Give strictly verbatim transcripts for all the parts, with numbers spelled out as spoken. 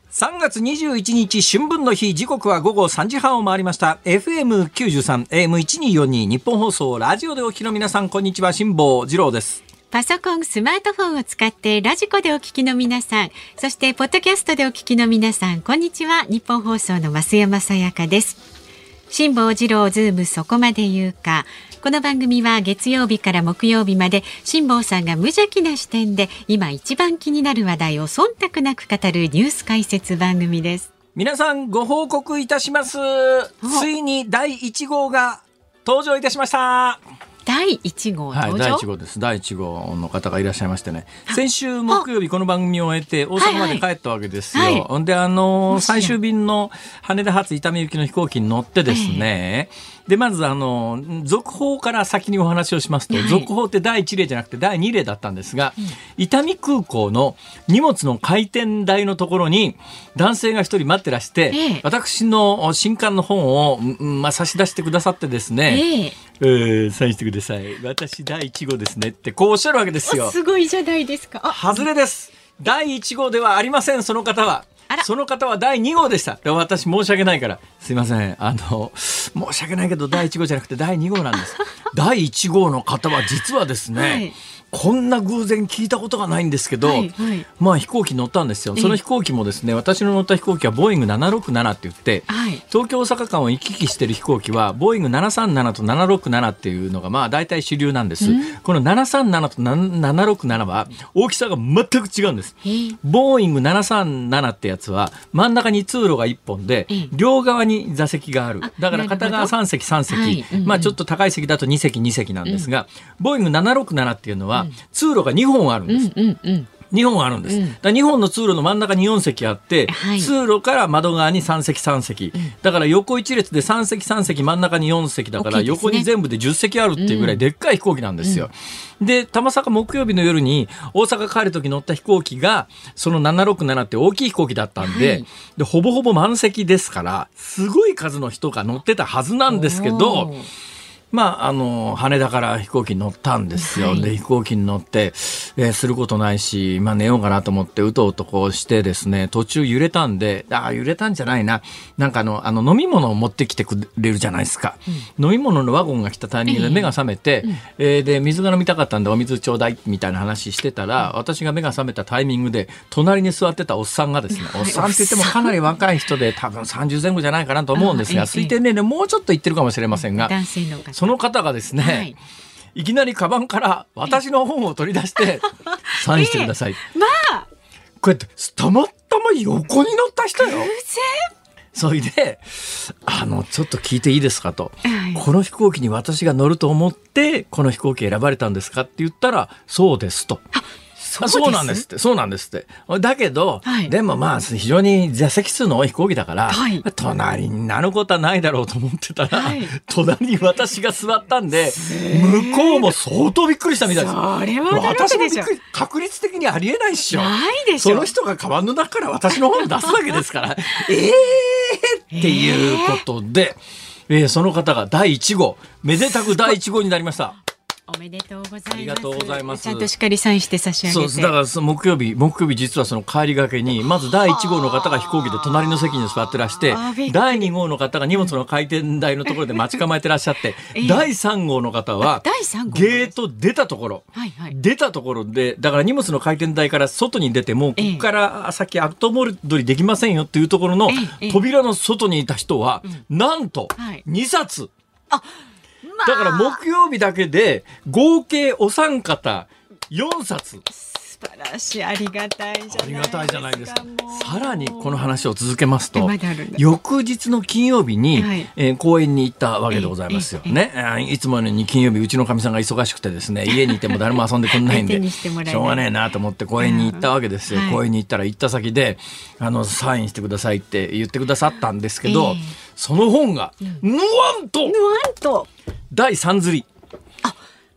さんがつにじゅういちにち春分の日、時刻は午後さんじはんを回りました。 エフエムきゅうじゅうさん エーエムせんにひゃくよんじゅうに 日本放送ラジオでお聞きの皆さん、こんにちは。辛坊治郎です。 パソコン、スマートフォンを使ってラジコでお聞きの皆さん、そしてポッドキャストでお聞きの皆さん、こんにちは。日本放送の増山さやかです。辛坊治郎ズームそこまで言うか。この番組は月曜日から木曜日まで辛坊さんが無邪気な視点で今一番気になる話題を忖度なく語るニュース解説番組です。 皆さんご報告いたします。ついにだいいち号が登場いたしました。 だいいち号登場、 はい、だいいち号です。だいいち号の方がいらっしゃいましてね、先週木曜日この番組を終えて大阪まで帰ったわけですよ。はいはい、であの最終便の羽田発伊丹行きの飛行機に乗ってですね、えーでまずあの続報から先にお話をしますと、はい、続報ってだいいち例じゃなくてだいに例だったんですが、うん、伊丹空港の荷物の回転台のところに男性が一人待ってらして、ええ、私の新刊の本を、まあ、差し出してくださってですね、えええー、サインしてください、私だいいち号ですねってこうおっしゃるわけですよ。 すごいじゃないですか。あ、 外れです。だいいち号ではありません。その方はその方はだいに号でした。で私申し訳ないからすいません、あの申し訳ないけどだいいち号じゃなくてだいに号なんです。だいいち号の方は実はですね、はい、こんな偶然聞いたことがないんですけど、はいはい、まあ飛行機乗ったんですよ。その飛行機もですね、私の乗った飛行機はボーイングななろくななって言って、はい、東京大阪間を行き来している飛行機はボーイングななさんななとななろくななっていうのがまあ大体主流なんです。このななさんななとななろくななは大きさが全く違うんです。ボーイングななさんななってやつは真ん中に通路がいっぽんで両側に座席がある。だから片側さん席さん席、はいうんうん、まあちょっと高い席だとに席に席なんですが、うん、ボーイングななろくななっていうのは通路がにほんあるんです。うんうんうんにほんあるんです。だからにほんの通路の真ん中によん席あって、はい、通路から窓側にさん席さん席、うん、だから横一列でさん席さん席真ん中によん席だから横に全部でじゅっ席あるっていうぐらいでっかい飛行機なんですよ。うん、でたまさか木曜日の夜に大阪帰る時乗った飛行機がそのななろくななって大きい飛行機だったんで、はい、でほぼほぼ満席ですからすごい数の人が乗ってたはずなんですけど、まあ、あの羽田から飛行機に乗ったんですよ。はい、で飛行機に乗って、えー、することないし、まあ、寝ようかなと思ってうとうとこうしてですね、途中揺れたんで、あ揺れたんじゃないな、なんかあのあの飲み物を持ってきてくれるじゃないですか。うん、飲み物のワゴンが来たタイミングで目が覚めて、うんえー、で水が飲みたかったんでお水ちょうだいみたいな話してたら、うん、私が目が覚めたタイミングで隣に座ってたおっさんがですね、おっさんって言ってもかなり若い人で多分さんじゅうぜん後じゃないかなと思うんですが、推定年齢もうちょっといってるかもしれませんが、 男性の方その方がですね、はい、いきなりカバンから私の本を取り出してサインしてください、 えー、まあこうやってたまたま横に乗った人よ。それであのちょっと聞いていいですかと、はい、この飛行機に私が乗ると思ってこの飛行機選ばれたんですかって言ったらそうですと。そうです、そうなんですってそうなんですってだけど、はい、でもまあ非常に座席数の多い飛行機だから、はい、隣になることはないだろうと思ってたら、はい、隣に私が座ったんで向こうも相当びっくりしたみたいです。 それは私もびっくり、確率的にありえないっしょ。 ないでしょ。 その人がカバンの中から私の本を出すわけですからえーっていうことで、えー、その方がだいいち号めでたくだいいち号になりました。 おめでとうございます。 ありがとうございます。 ちゃんとしっかりサインして差し上げて。 そうだからその木曜日木曜日実はその帰りがけにまずだいいち号の方が飛行機で隣の席に座ってらしてだいに号の方が荷物の回転台のところで待ち構えてらっしゃって、えー、だいさん号の方はゲート出たところ、はいはい、出たところでだから荷物の回転台から外に出てもうここから先後戻りできませんよっていうところの扉の外にいた人はなんとにさつ、あだから木曜日だけで合計お三方よんさつ。 素晴らしい、ありがたいじゃないですか。 ありがたいじゃないですか。さらにこの話を続けますと、翌日の金曜日に、はいえー、公園に行ったわけでございますよね。いつものように金曜日うちのかみさんが忙しくてですね、家にいても誰も遊んでくんないんでしょうがねえなと思って公園に行ったわけですよ。公園に行ったら行った先であのサインしてくださいって言ってくださったんですけど、えー、その本が、うん、ぬわんとぬわんとだいさん釣り。 あ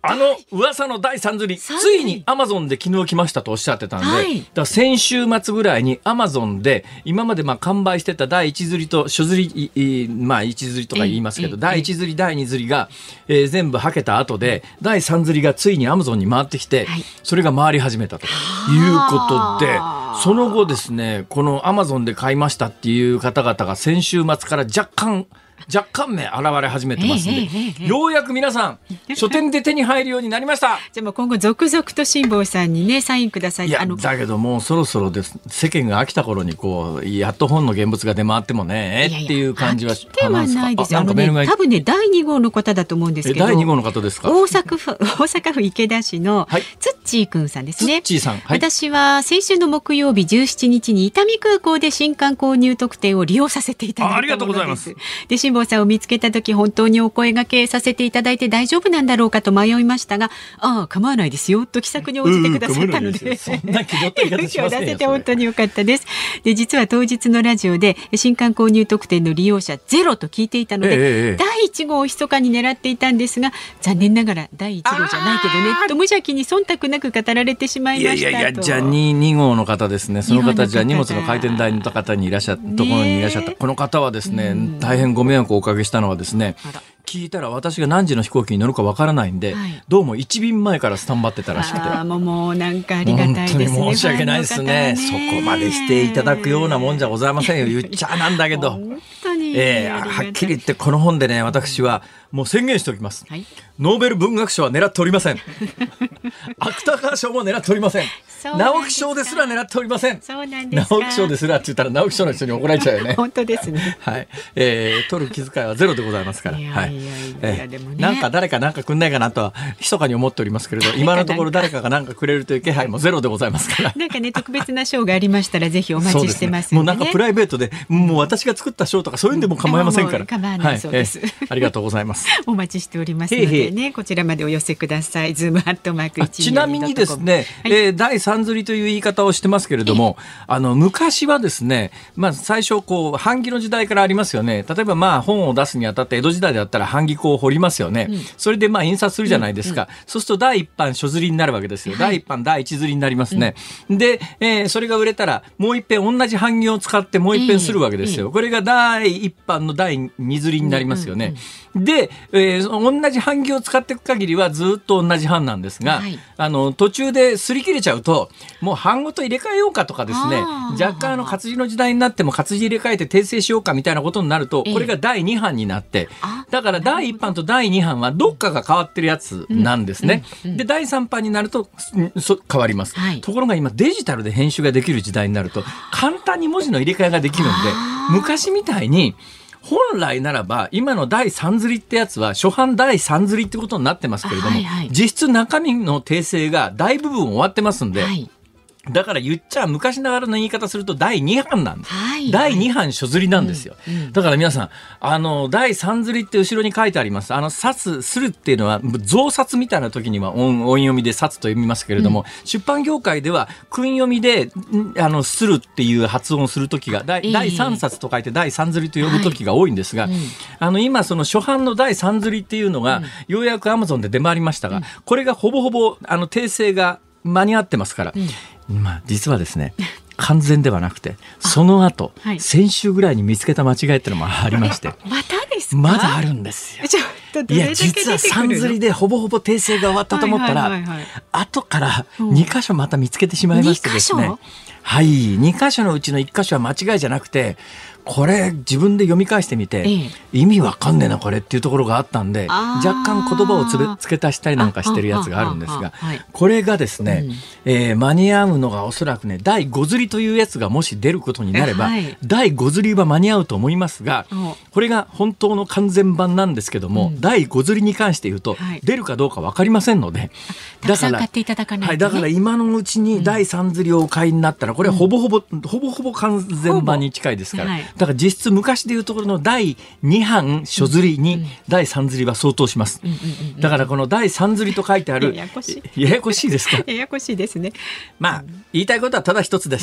あの噂のだいさん釣り、ついにアマゾンで昨日来ましたとおっしゃってたんで、はい、だから先週末ぐらいにアマゾンで今までまあ完売してただいいち釣りと初釣り、まあいち釣りとか言いますけど、だいいち釣りだいに釣りが、えー、全部はけた後でだいさん釣りがついにアマゾンに回ってきて、はい、それが回り始めたということで、その後ですね、このアマゾンで買いましたっていう方々が先週末から若干若干目現れ始めてますので、えーえーえー、ようやく皆さん書店で手に入るようになりました。 じゃあもう今後続々と辛坊さんにねサインください。 いやあのだけどもうそろそろです。世間が飽きた頃にこうやっと本の現物が出回ってもねえっていう感じは飽きてはないですよ。あのね多分ねだいに号の方だと思うんですけど、 だいに号の方ですか。 大阪府大阪府池田市のつっちーくんさんですね。 つっちーさん、はい、 私は先週の木曜日じゅうしちにちに伊丹空港で新刊購入特典を利用させていただいたものです。 あ, ありがとうございます。で辛坊さんを見つけた時本当にお声掛けさせていただいて大丈夫なんだろうかと迷いましたが、ああ構わないですよと気さくに応じてくださったので、 そんな気取った言い方しませんよ。 出せて本当に良かったです。で実は当日のラジオで新刊購入特典の利用者ゼロと聞いていたので、ええ、だいいち号を密かに狙っていたんですが、残念ながらだいいち号じゃないけどねと無邪気に忖度なく語られてしまいましたと。 いやいやいや、じゃあ 2, に号の方ですね。その方じゃあ荷物の回転台の方にいらっしゃったところにいらっしゃったこの方はですね、大変ご迷惑をおかけしたのはですね、聞いたら私が何時の飛行機に乗るかわからないんで、はい、どうもいち便前からスタンバってたらしくて、 あもうもうなんかありがたいですね。 本当に申し訳ないですね。そこまでしていただくようなもんじゃございませんよ。言っちゃなんだけど本当に、 えー、はっきり言ってこの本でね、私はもう宣言しておきます、はい、ノーベル文学賞は狙っておりません芥川賞も狙っておりません。直木賞ですら狙っておりません。 そうなんですか。 直木賞ですらって言ったら直木賞の人に怒られちゃうよね本当ですね、 はいえー、取る気遣いはゼロでございますから、 いやいやいや、でもね、 なんか誰かなんかくんないかなとは密かに思っておりますけれど、今のところ誰かがなんかくれるという気配もゼロでございますからなんかね特別な賞がありましたらぜひお待ちしてますんで、ね、 もうなんかプライベートでもう私が作った賞とかそういうんでも構いませんから、 構わないそうです、 はいえー、ありがとうございますお待ちしておりますのでね、へーへーこちらまでお寄せください。ズームハットマークいちにーにちなみにですね、はいえー、だいさん釣りという言い方をしてますけれども、あの昔はですね、まあ、最初こう版木の時代からありますよね。例えばまあ本を出すにあたって江戸時代だったら版木粉を掘りますよね、うん、それでまあ印刷するじゃないですか、うんうん、そうするとだいいっ版初釣りになるわけですよ、はい、だいいっ版だいいち釣りになりますね、うん、で、えー、それが売れたらもう一遍同じ版木を使ってもう一遍するわけですよ、うんうん、これがだいいっ版のだいに釣りになりますよね、うんうん、で、えー、同じ版木を使っていく限りはずっと同じ版なんですが、はい、あの途中で擦り切れちゃうともう版ごと入れ替えようかとかですね、若干の活字の時代になっても活字入れ替えて訂正しようかみたいなことになると、これがだいに版になって、だからだいいっ版とだいに版はどっかが変わってるやつなんですね、うんうんうん、でだいさん版になると変わります、はい、ところが今デジタルで編集ができる時代になると簡単に文字の入れ替えができるんで、昔みたいに本来ならば今のだいさん釣りってやつは初版だいさん釣りってことになってますけれども、はいはい、実質中身の訂正が大部分終わってますんで、はい、だから言っちゃ昔ながらの言い方するとだいに版なんです、はいはい、だいに版初釣りなんですよ、うんうん、だから皆さんあのだいさん釣りって後ろに書いてあります。あの殺するっていうのは増殺みたいな時には 音, 音読みで殺と読みますけれども、うん、出版業界では訓読みであのするっていう発音をする時がだい、だいさんさつと書いてだいさん釣りと呼ぶ時が多いんですが、はいうん、あの今その初版のだいさん釣りっていうのが、うん、ようやく Amazon で出回りましたが、うん、これがほぼほぼあの訂正が間に合ってますから、うんまあ、実はですね完全ではなくてその後、はい、先週ぐらいに見つけた間違いっていうのもありましてまたですか？ まだあるんですよ。いや実はさん釣りでほぼほぼ訂正が終わったと思ったら、はいはいはいはい、後からに箇所また見つけてしまいましてですね、はい、に箇所のうちのいっ箇所は間違いじゃなくてこれ自分で読み返してみて、ええ、意味わかんねえなこれっていうところがあったんで若干言葉をつべ付け足したりなんかしてるやつがあるんですが、これがですね、うんえー、間に合うのがおそらくねだいご釣りというやつがもし出ることになれば、はい、だいご釣りは間に合うと思いますが、これが本当の完全版なんですけども、うん、だいご釣りに関して言うと、はい、出るかどうか分かりませんので、 たくさん買っていただかないと、ねはい、だから今のうちにだいさん釣りをお買いになったらこれはほぼほぼ、うん、ほぼほぼ完全版に近いですから、はい、だから実質昔でいうところのだいに版初釣りにだいさん釣りは相当します、うんうんうんうん、だからこのだいさん釣りと書いてあるややこしいややこしいですか？ ややこしいですね。 まあ言いたいことはただ一つです、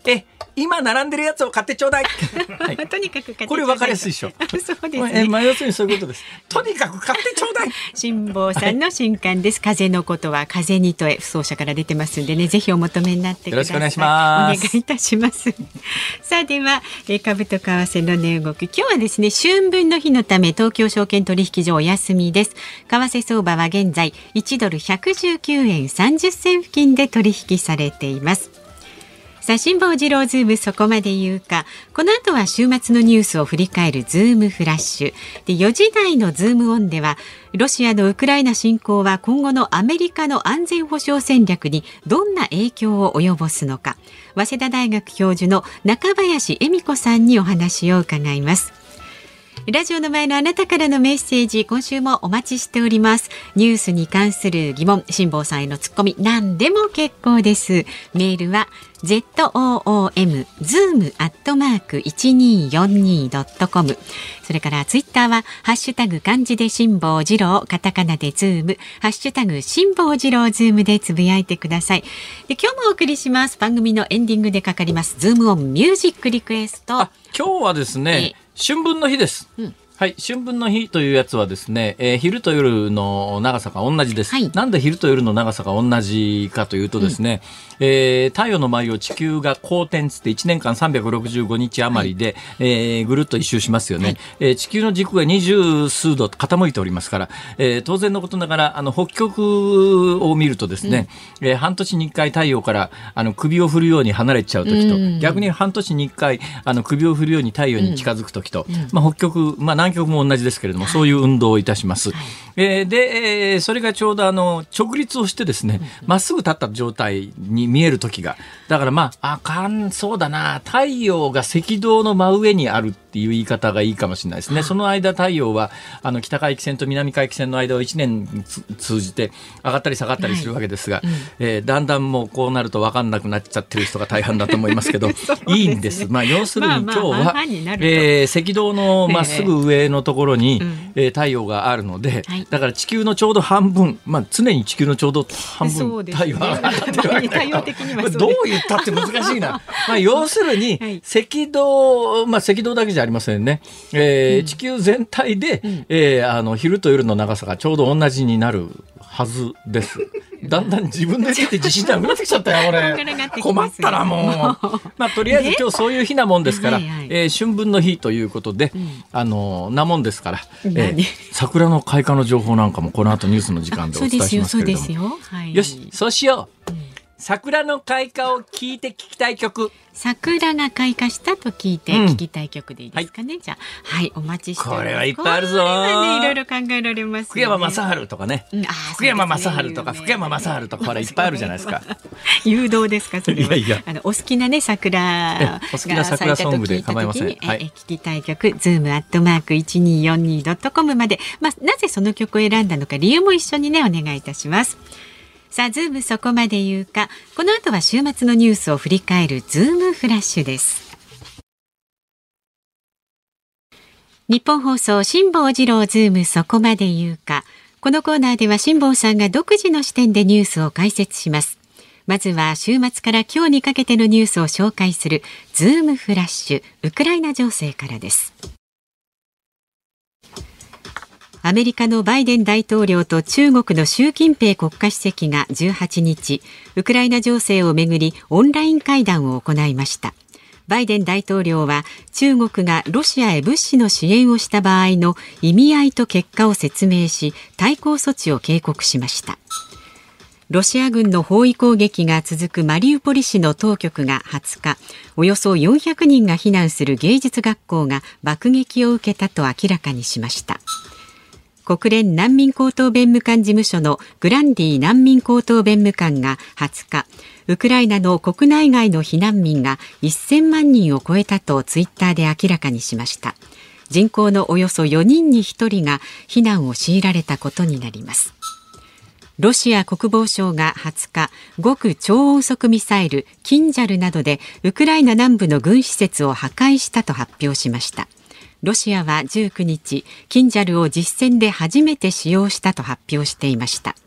え今並んでるやつを買ってちょうだい、 はい、とにかく買ってちょうだい。 これ分かりやすいでしょ。 そうですね。 えまあ、要するにそういうことです。とにかく買ってちょうだい。 辛坊さんの新刊です。風のことは風に問え、不走者から出てますんでね、ぜひお求めになってください。 よろしくお願いします。 お願いいたします。さあでは、え株と為替の値動き、今日はですね、春分の日のため東京証券取引所お休みです。為替相場は現在いちドルひゃくじゅうきゅうえんさんじゅっせん付近で取引されています。さあ辛坊治郎ズームそこまで言うか。この後は週末のニュースを振り返るズームフラッシュで、よじ台のズームオンではロシアのウクライナ侵攻は今後のアメリカの安全保障戦略にどんな影響を及ぼすのか、早稲田大学教授の中林恵美子さんにお話を伺います。ラジオの前のあなたからのメッセージ、今週もお待ちしております。ニュースに関する疑問、辛坊さんへのツッコミ、何でも結構です。メールは ズーム ズーム アットマーク いちにーよんにー ドットコム。それからツイッターはハッシュタグ漢字で辛坊治郎、カタカナでズーム、ハッシュタグ辛坊治郎ズームでつぶやいてください。で、今日もお送りします。番組のエンディングでかかりますズームオンミュージックリクエスト。 あ、今日はですね、春分の日です、うん、はい、春分の日というやつはですね、えー、昼と夜の長さが同じです、はい、なんで昼と夜の長さが同じかというとですね、うん、えー、太陽の周りを地球が公転つっていちねんかんさんびゃくろくじゅうごにち余りで、はい、えー、ぐるっと一周しますよね、はい、えー、地球の軸が二十数度傾いておりますから、えー、当然のことながらあの北極を見るとですね、うん、えー、半年にいっかい太陽からあの首を振るように離れちゃう時と、うん、逆に半年にいっかいあの首を振るように太陽に近づく時と、うん、まあ、北極、まあ、南極も同じですけれども、はい、そういう運動をいたします、はい、えー、で、えー、それがちょうどあの直立をしてですね、ま、うん、っすぐ立った状態に見える時が、だからまあ、あかん、そうだな、太陽が赤道の真上にあるっていう言い方がいいかもしれないですね。その間太陽はあの北海気線と南海気線の間をいちねん通じて上がったり下がったりするわけですが、はい、うん、えー、だんだんもうこうなると分かんなくなっちゃってる人が大半だと思いますけど、ね、いいんです。まあ、要するに今日は、まあまあ、えー、赤道のまっすぐ上のところに、えーえー、太陽があるので、はい、だから地球のちょうど半分、まあ、常に地球のちょうど半分太陽が上がってるわけだからどう言ったって難しいなまあ要するに、はい、赤道、まあ、赤道だけじゃありませんね、えーうん、地球全体で、うん、えー、あの昼と夜の長さがちょうど同じになるはずです。だんだん自分で言って自信なくなってきちゃったよ俺困ったなもうまあとりあえず今日そういう日なもんですから、はいはい、えー、春分の日ということで、うん、あのなもんですから、えー、桜の開花の情報なんかもこの後ニュースの時間でお伝えしますけれども、よ, よ,、はい、よしそうしよう、うん、桜の開花を聞いて聞きたい曲、 桜が開花したと聞いて聞きたい曲でいいですかね、うん、じゃあ、はい、お待ちしております。 これはいっぱいあるぞ。これはね、いろいろ考えられますね。 福山雅治とかね、うん、あ福山雅治とか、ね、福山雅治とか、これいっぱいあるじゃないですか誘導ですかそれは。いやいや、あのお好きなね桜がお好きな桜ソングで構いません、はい、 え聞きたい曲 ズーム アットマーク いちにーよんにー ドットコム まで、まあ、なぜその曲を選んだのか理由も一緒にねお願いいたします。さあズームそこまで言うか。この後は週末のニュースを振り返るズームフラッシュです。日本放送辛坊治郎ズームそこまで言うか。このコーナーでは辛坊さんが独自の視点でニュースを解説します。まずは週末から今日にかけてのニュースを紹介するズームフラッシュ、ウクライナ情勢からです。アメリカのバイデン大統領と中国の習近平国家主席がじゅうはちにち、ウクライナ情勢をめぐりオンライン会談を行いました。バイデン大統領は中国がロシアへ物資の支援をした場合の意味合いと結果を説明し、対抗措置を警告しました。ロシア軍の包囲攻撃が続くマリウポリ市の当局がはつか、およそよんひゃくにんが避難する芸術学校が爆撃を受けたと明らかにしました。国連難民高等弁務官事務所のグランディ難民高等弁務官がはつか、ウクライナの国内外の避難民がせんまんにんを超えたとツイッターで明らかにしました。人口のおよそよにんにひとりが避難を強いられたことになります。ロシア国防省がはつか、極超音速ミサイルキンジャルなどでウクライナ南部の軍施設を破壊したと発表しました。ロシアはじゅうくにち、キンジャルを実戦で初めて使用したと発表していました。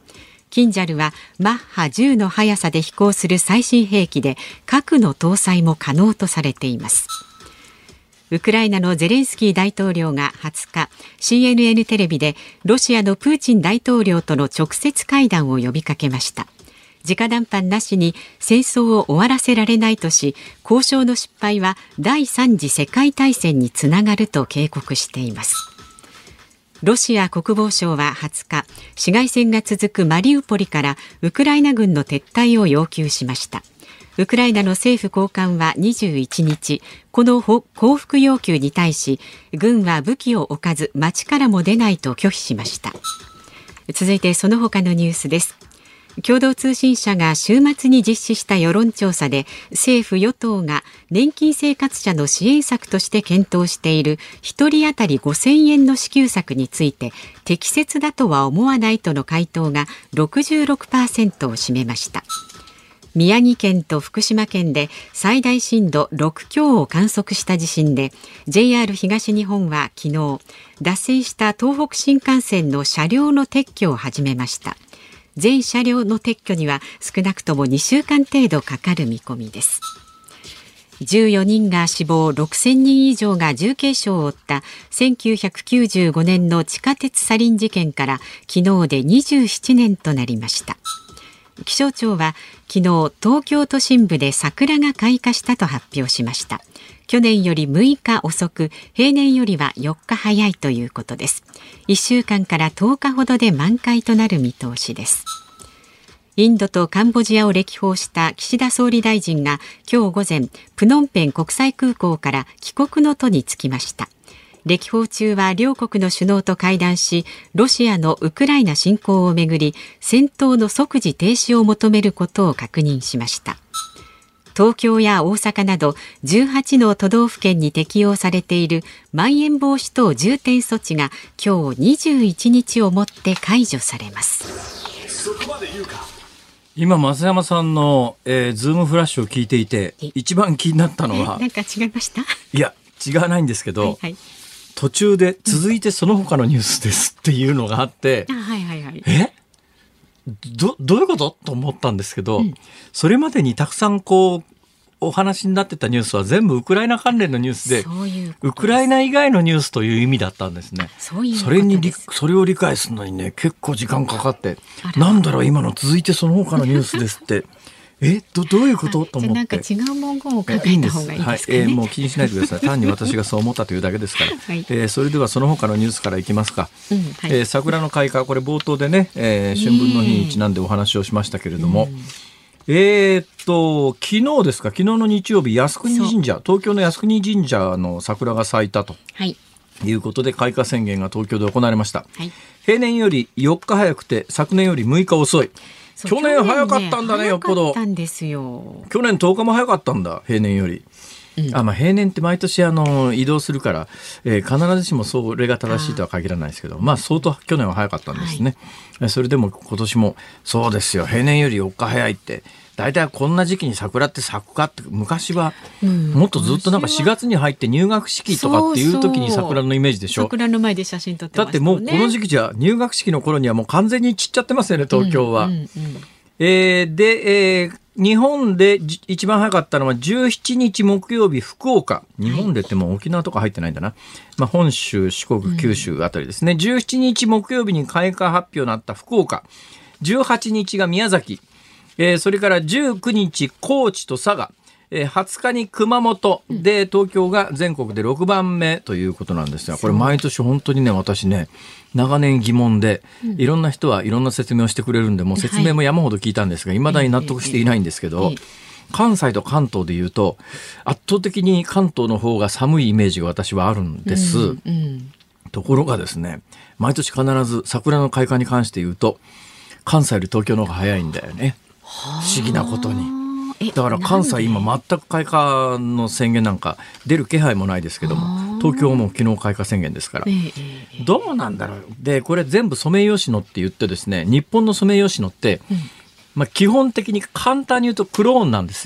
キンジャルはマッハじゅうの速さで飛行する最新兵器で核の搭載も可能とされています。ウクライナのゼレンスキー大統領がはつか シーエヌエヌ テレビでロシアのプーチン大統領との直接会談を呼びかけました。直談判なしに戦争を終わらせられないとし、交渉の失敗は第三次世界大戦につながると警告しています。ロシア国防省ははつか、市街戦が続くマリウポリからウクライナ軍の撤退を要求しました。ウクライナの政府高官はにじゅういちにち、この降伏要求に対し、軍は武器を置かず町からも出ないと拒否しました。続いてその他のニュースです。共同通信社が週末に実施した世論調査で、政府与党が年金生活者の支援策として検討しているひとり当たりごせんえんの支給策について適切だとは思わないとの回答が ろくじゅうろくパーセント を占めました。宮城県と福島県で最大震度ろくきょうを観測した地震で、 ジェイアール 東日本は昨日、脱線した東北新幹線の車両の撤去を始めました。全車両の撤去には少なくともにしゅうかん程度かかる見込みです。じゅうよにんが死亡、ろくせんにん以上が重軽傷を負ったせんきゅうひゃくきゅうじゅうごねんの地下鉄サリン事件から昨日でにじゅうななねんとなりました。気象庁は昨日、東京都心部で桜が開花したと発表しました。去年よりむいか遅く、平年よりはよっか早いということです。いっしゅうかんからとおかほどで満開となる見通しです。インドとカンボジアを歴訪した岸田総理大臣が今日午前、プノンペン国際空港から帰国の途に就きました。歴訪中は両国の首脳と会談し、ロシアのウクライナ侵攻をめぐり戦闘の即時停止を求めることを確認しました。東京や大阪などじゅうはちの都道府県に適用されているまん延防止等重点措置が今日にじゅういちにちをもって解除されます。そこまで言うか。 今増山さんの、えー、ズームフラッシュを聞いていて一番気になったのは、 なんか違いました？ いや違わないんですけど、はいはい、途中で続いてその他のニュースですっていうのがあって、 うん、あ、はいはいはい、 えど, どういうことと思ったんですけど、うん、それまでにたくさんこうお話になってたニュースは全部ウクライナ関連のニュースで、 そういうウクライナ以外のニュースという意味だったんですね。 そういうことです。 それにそれを理解するのにね結構時間かかって、なんだろう今の続いてその他のニュースですってえ ど, どういうことと思って、 なんか違う文言を考えた方がいいですかね。 はい、えー、もう気にしないでください。単に私がそう思ったというだけですから、はいえー、それではその他のニュースからいきますか、うんはいえー、桜の開花、これ冒頭でね、えー、春分の日にちなんでお話をしましたけれども、えー、っと昨日ですか、昨日の日曜日、靖国神社、東京の靖国神社の桜が咲いたと、はい、いうことで開花宣言が東京で行われました、はい、平年よりよっか早くて昨年よりむいか遅い。去年早かったんだね、よっぽど。 早かったんですよ。 去年とおかも早かったんだ、平年より。うんあまあ、平年って毎年あの移動するから、えー、必ずしもそれが正しいとは限らないですけど、まあ相当去年は早かったんですね、はい、それでも今年もそうですよ、平年よりよっか早いって。だいたいこんな時期に桜って咲くかって、昔はもっとずっとなんかしがつに入って入学式とかっていう時に桜のイメージでしょ。 そうそう、桜の前で写真撮ってましたもんね。 だってもうこの時期じゃ入学式の頃にはもう完全に散っちゃってますよね、東京は、うんうんうんえー、で、えー日本で一番早かったのはじゅうしちにち木曜日、福岡。日本でってもう沖縄とか入ってないんだな、まあ、本州、四国、九州あたりですね、うん、じゅうしちにち木曜日に開花発表になった福岡、じゅうはちにちが宮崎、えー、それからじゅうくにち高知と佐賀、えー、はつかに熊本で、東京が全国でろくばんめということなんですが、これ毎年本当にね、私ね長年疑問で、いろんな人はいろんな説明をしてくれるんで、もう説明も山ほど聞いたんですが、未だに納得していないんですけど、関西と関東でいうと圧倒的に関東の方が寒いイメージが私はあるんです、うんうん、ところがですね、毎年必ず桜の開花に関して言うと関西より東京の方が早いんだよね、不思議なことに。だから関西今全く開花の宣言なんか出る気配もないですけども、東京も昨日開花宣言ですから、えー、どうなんだろう。でこれ全部ソメイヨシノって言ってですね、日本のソメイヨシノって、うんまあ、基本的に簡単に言うとクローンなんですよ。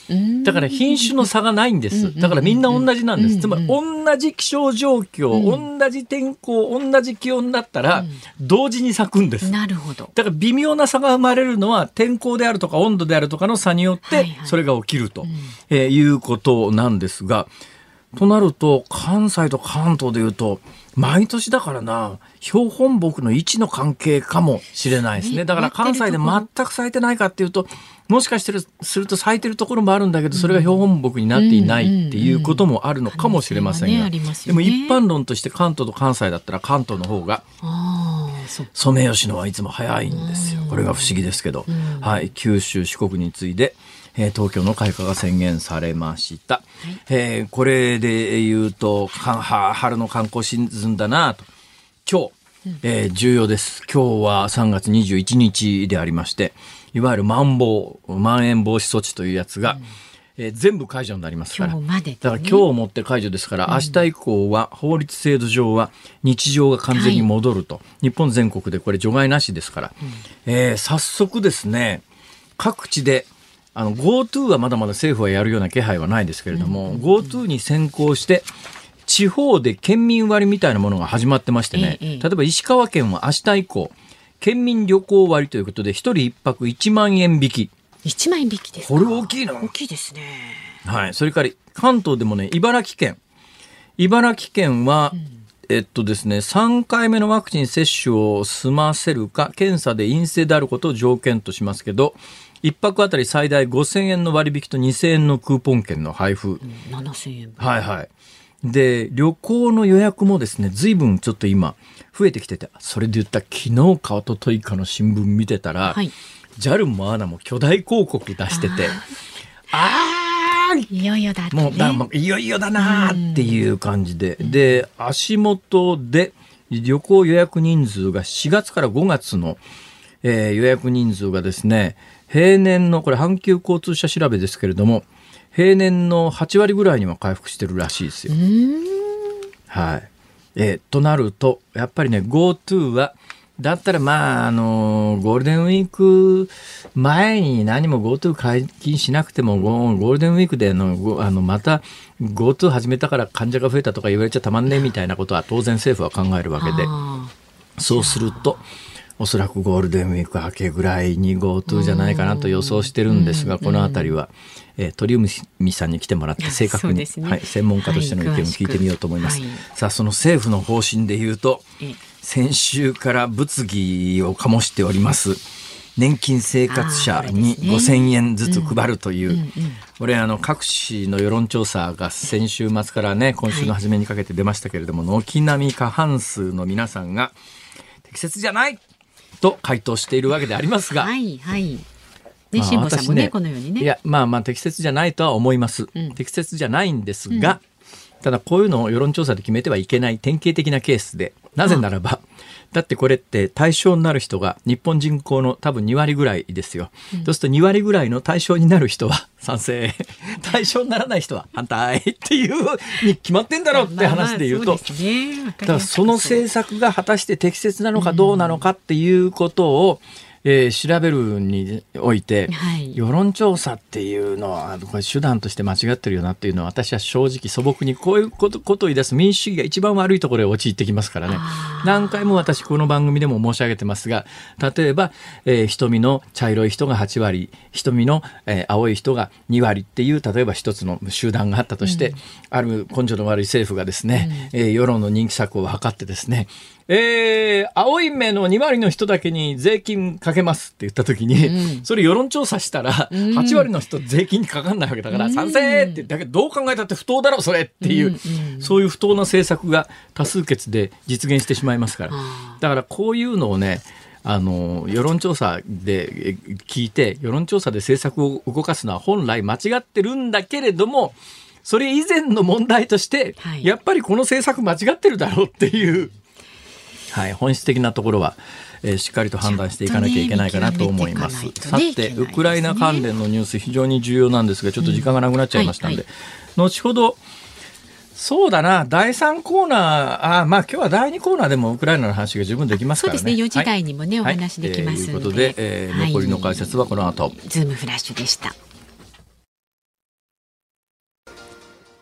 だから品種の差がないんです。だからみんな同じなんです。つまり同じ気象状況、うん、同じ天候、同じ気温だったら同時に咲くんです。 なるほど。 だから微妙な差が生まれるのは天候であるとか温度であるとかの差によってそれが起きると、はいはい、えー、いうことなんですが、となると関西と関東でいうと毎年だからな、標本木の位置の関係かもしれないですね。だから関西で全く咲いてないかっていうと、もしかしてすると咲いてるところもあるんだけど、それが標本木になっていないっていうこともあるのかもしれませんが、でも一般論として関東と関西だったら関東の方がソメイヨシノはいつも早いんですよ。これが不思議ですけど、はい、九州四国に次いでえー、東京の開花が宣言されました、はい、えー、これで言うと春の観光シーズンだなと今日、うん、えー、重要です。今日はさんがつにじゅういちにちでありまして、いわゆるまん防まん延防止措置というやつが、うん、えー、全部解除になりますから、 今日までね、 だから今日をもって解除ですから、うん、明日以降は法律制度上は日常が完全に戻ると、はい、日本全国でこれ除外なしですから、うん、えー、早速ですね、各地であの GoTo はまだまだ政府はやるような気配はないですけれども、うんうんうん、GoTo に先行して地方で県民割みたいなものが始まってましてね、ええ、例えば石川県は明日以降県民旅行割ということでひとりいっぱくいちまんえん引き。 いちまんえん引きですか。 これ大きいな。 大きいですね。 はい。それから関東でもね、茨城県茨城県は、うん、えっとですね、さんかいめのワクチン接種を済ませるか検査で陰性であることを条件としますけど、いっぱくあたり最大ごせんえんの割引とにせんえんのクーポン券の配布、うん、 ななせんえん。 はいはい。で旅行の予約もですね、随分ちょっと今増えてきてて、それで言ったら昨日か一昨日かの新聞見てたら、はい、ジャル もアナも巨大広告出してて、ああいよいよだってね、 もうだいよいよだなっていう感じで、うん、で足元で旅行予約人数がしがつからごがつの、えー、予約人数がですね、平年のこれ阪急交通社調べですけれども、平年のはちわりぐらいには回復してるらしいですよ。うーん、はい、えー、となるとやっぱりね GoTo はだったらまああのゴールデンウィーク前に何も GoTo 解禁しなくてもゴールデンウィークでのあのまた GoTo 始めたから患者が増えたとか言われちゃたまんねえみたいなことは当然政府は考えるわけで、そうするとおそらくゴールデンウィーク明けぐらいに GoTo じゃないかなと予想してるんですが、このあたりは、えー、鳥海さんに来てもらって正確に、ね、はい、専門家としての意見を聞いてみようと思います、はい、さあその政府の方針で言うと、先週から物議を醸しております年金生活者にごせんえんずつ配るという、うんうんうん、これあの各紙の世論調査が先週末からね今週の初めにかけて出ましたけれども、軒並み過半数の皆さんが適切じゃないと回答しているわけでありますが、はいはいね、辛坊さんもね、ねこのようにね、 いやまあまあ適切じゃないとは思います、うん、適切じゃないんですが、うん、ただこういうのを世論調査で決めてはいけない典型的なケースで、なぜならばだってこれって対象になる人が日本人口の多分にわりぐらいですよ、うん、そうするとにわりぐらいの対象になる人は賛成、対象にならない人は反対っていうに決まってんだろうって話で言うと、だからその政策が果たして適切なのかどうなのかっていうことを、えー、調べるにおいて、はい、世論調査っていうのはこれ手段として間違ってるよなっていうのは、私は正直素朴にこういうことことを言い出す民主主義が一番悪いところへ陥ってきますからね。何回も私この番組でも申し上げてますが、例えば、えー、瞳の茶色い人がはちわり、瞳の、えー、青い人がにわりっていう例えば一つの集団があったとして、うん、ある根性の悪い政府がですね、うん、えー、世論の人気策を図ってですね、えー、青い目のにわりの人だけに税金かけますって言った時に、うん、それ世論調査したら、うん、はちわりの人税金にかかんないわけだから、うん、賛成ってだけどどう考えたって不当だろそれっていう、うんうん、そういう不当な政策が多数決で実現してしまいますから、だからこういうのをね、あの世論調査で聞いて世論調査で政策を動かすのは本来間違ってるんだけれども、それ以前の問題として、はい、やっぱりこの政策間違ってるだろうっていうはい、本質的なところは、えー、しっかりと判断していかなきゃいけないかなと思います。さて、ウクライナ関連のニュース非常に重要なんですが、ちょっと時間がなくなっちゃいましたので、うんはいはい、後ほどそうだなだいさんコーナー、あまあ今日はだいにコーナーでもウクライナの話が十分できますからね。 そうですね、よじ台にもね、はい、お話できますので、 ということで、えー、残りの解説はこの後、 ズームフラッシュでした。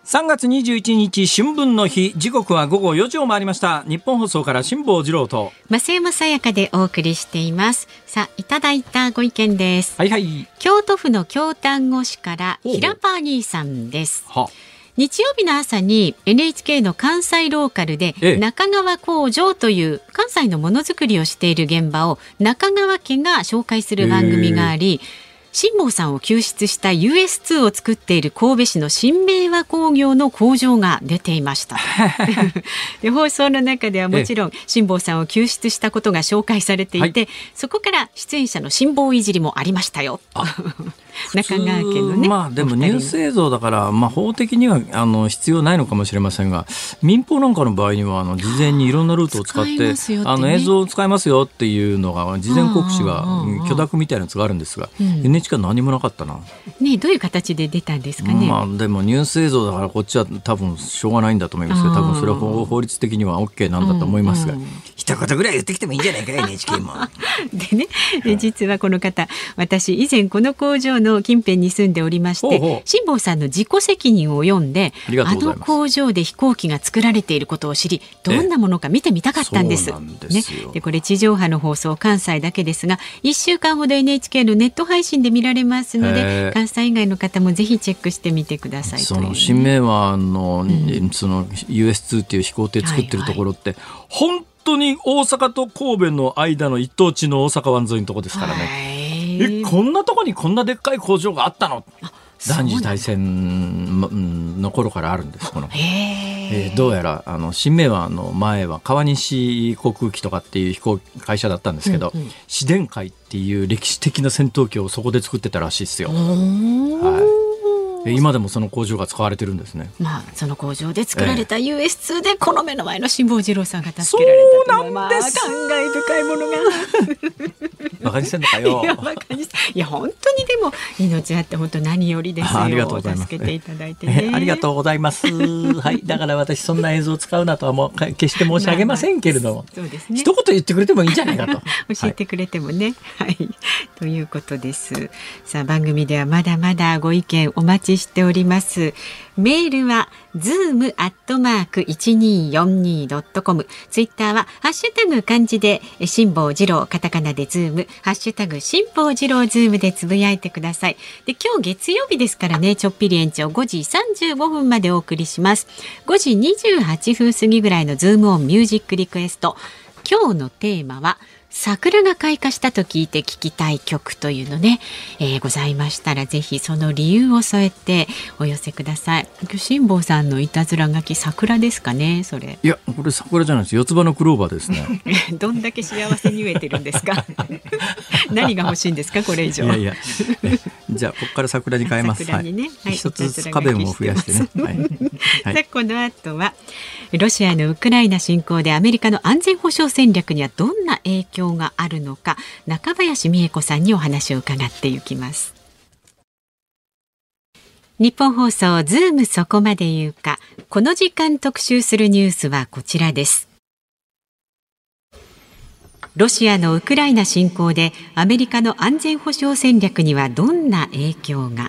さんがつにじゅういちにち春分の日、時刻は午後よじを回りました。日本放送から辛坊治郎と増山さやかでお送りしています。さあ、いただいたご意見です。 はいはい。 京都府の京丹後市からひらパー兄さんです。 は日曜日の朝に エヌエイチケー の関西ローカルで中川工場という関西のものづくりをしている現場を中川家が紹介する番組があり、辛坊さんを救出した ユーエスツー を作っている神戸市の新明和工業の工場が出ていましたで、放送の中ではもちろん辛坊さんを救出したことが紹介されていて、はい、そこから出演者の辛坊いじりもありましたよ中川家のね。 まあでもニュース映像だから、まあ、法的にはあの必要ないのかもしれませんが、民放なんかの場合にはあの事前にいろんなルートを使って、ね、あの映像を使いますよっていうのが事前告知が許諾みたいなやつがあるんですが、うん、エヌエイチケー は何もなかったな、 ね、どういう形で出たんですかね。 まあ、でもニュース映像だからこっちは多分しょうがないんだと思いますけど、多分それは法律的には OK なんだと思いますが、うんうん、一言ぐらい言ってきてもいいんじゃないか エヌエイチケー もでね、で実はこの方、私以前この工場の近辺に住んでおりまして、ほうほう、辛坊さんの自己責任を読んで、 あ, あの工場で飛行機が作られていることを知り、どんなものか見てみたかったんです。 そうなんですよ、 ね、でこれ地上波の放送関西だけですが、いっしゅうかんほど エヌエイチケー のネット配信で見られますので、関西以外の方もぜひチェックしてみてください。 その新明和の、うん、その ユーエスツー っていう飛行艇作ってるところって、はいはい、本当に大阪と神戸の間の一等地の大阪湾沿いのところですからね。えこんなとこにこんなでっかい工場があったの。第二次大戦の頃からあるんです。このえー、どうやらあの新明和の前は川西航空機とかっていう飛行会社だったんですけど、うんうん、市電会っていう歴史的な戦闘機をそこで作ってたらしいですよ。はい、今でもその工場が使われてるんですね。 まあ、その工場で作られた ユーエスツー でこの目の前の辛坊治郎さんが助けられたという、まあ、感慨深いものがバカにしてんのかよ。 いや、バカにしいや本当にでも命あって本当何よりですよ。 ありがとうございます。 助けていただいてね。 ありがとうございます、はい、だから私そんな映像を使うなとはもう決して申し上げませんけれども、まあまあ、そうですね、一言言ってくれてもいいんじゃないかと教えてくれてもね、はい、はい、ということです。さあ、番組ではまだまだご意見お待ちしております。メールは ズーム アットマーク いちにーよんにー ドットコム、 ツイッターはハッシュタグ漢字で辛坊治郎、カタカナでズーム、ハッシュタグ辛坊治郎ズームでつぶやいてください。で、今日月曜日ですからね、ちょっぴり延長ごじさんじゅうごふんまでお送りします。ごじにじゅうはっぷん過ぎぐらいのズームオンミュージックリクエスト、今日のテーマは桜が開花したと聞いて聞きたい曲というのね、えー、ございましたら、ぜひその理由を添えてお寄せください。辛坊さんのいたずら書き、桜ですかね。それ、 いや、これ桜じゃないです。四つ葉のクローバーですねどんだけ幸せに飢えてるんですか何が欲しいんですか、これ以上。いやいやじゃあここから桜に変えます。 桜にね、はい、 一つずつ花弁を増やしてね、はいはい、 さあ、この後はロシアのウクライナ侵攻でアメリカの安全保障戦略にはどんな影響があるのか、中林美恵子さんにお話を伺っていきます。日本放送ズームそこまで言うか、この時間特集するニュースはこちらです。ロシアのウクライナ侵攻でアメリカの安全保障戦略にはどんな影響が。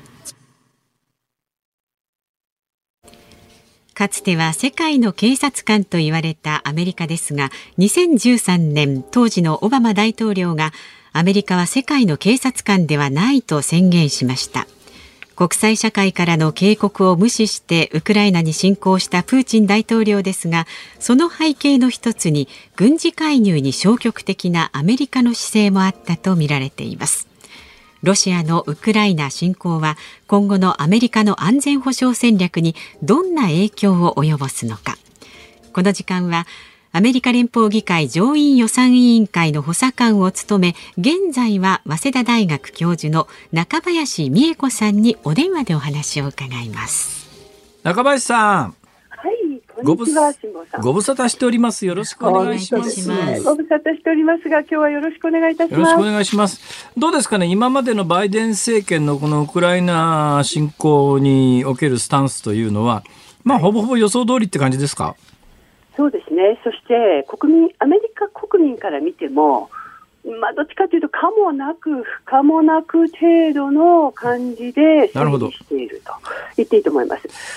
かつては世界の警察官と言われたアメリカですが、にせんじゅうさんねん当時のオバマ大統領がアメリカは世界の警察官ではないと宣言しました。国際社会からの警告を無視してウクライナに侵攻したプーチン大統領ですが、その背景の一つに軍事介入に消極的なアメリカの姿勢もあったと見られています。ロシアのウクライナ侵攻は今後のアメリカの安全保障戦略にどんな影響を及ぼすのか。この時間はアメリカ連邦議会上院予算委員会の補佐官を務め、現在は早稲田大学教授の中林美恵子さんにお電話でお話を伺います。 中林さん、 こんにちは、辛坊さん。 ご無沙汰しております。よろしくお願いします。 ご無沙汰しておりますが、今日はよろしくお願いいたします。 よろしくお願いします。どうですかね、今までのバイデン政権のこのウクライナ侵攻におけるスタンスというのは、まあ、ほぼほぼ予想通りって感じですか？ そうですね。そして国民、アメリカ国民から見ても、まあ、どっちかというと可もなく不可もなく程度の感じで推移していると言っていいと思います。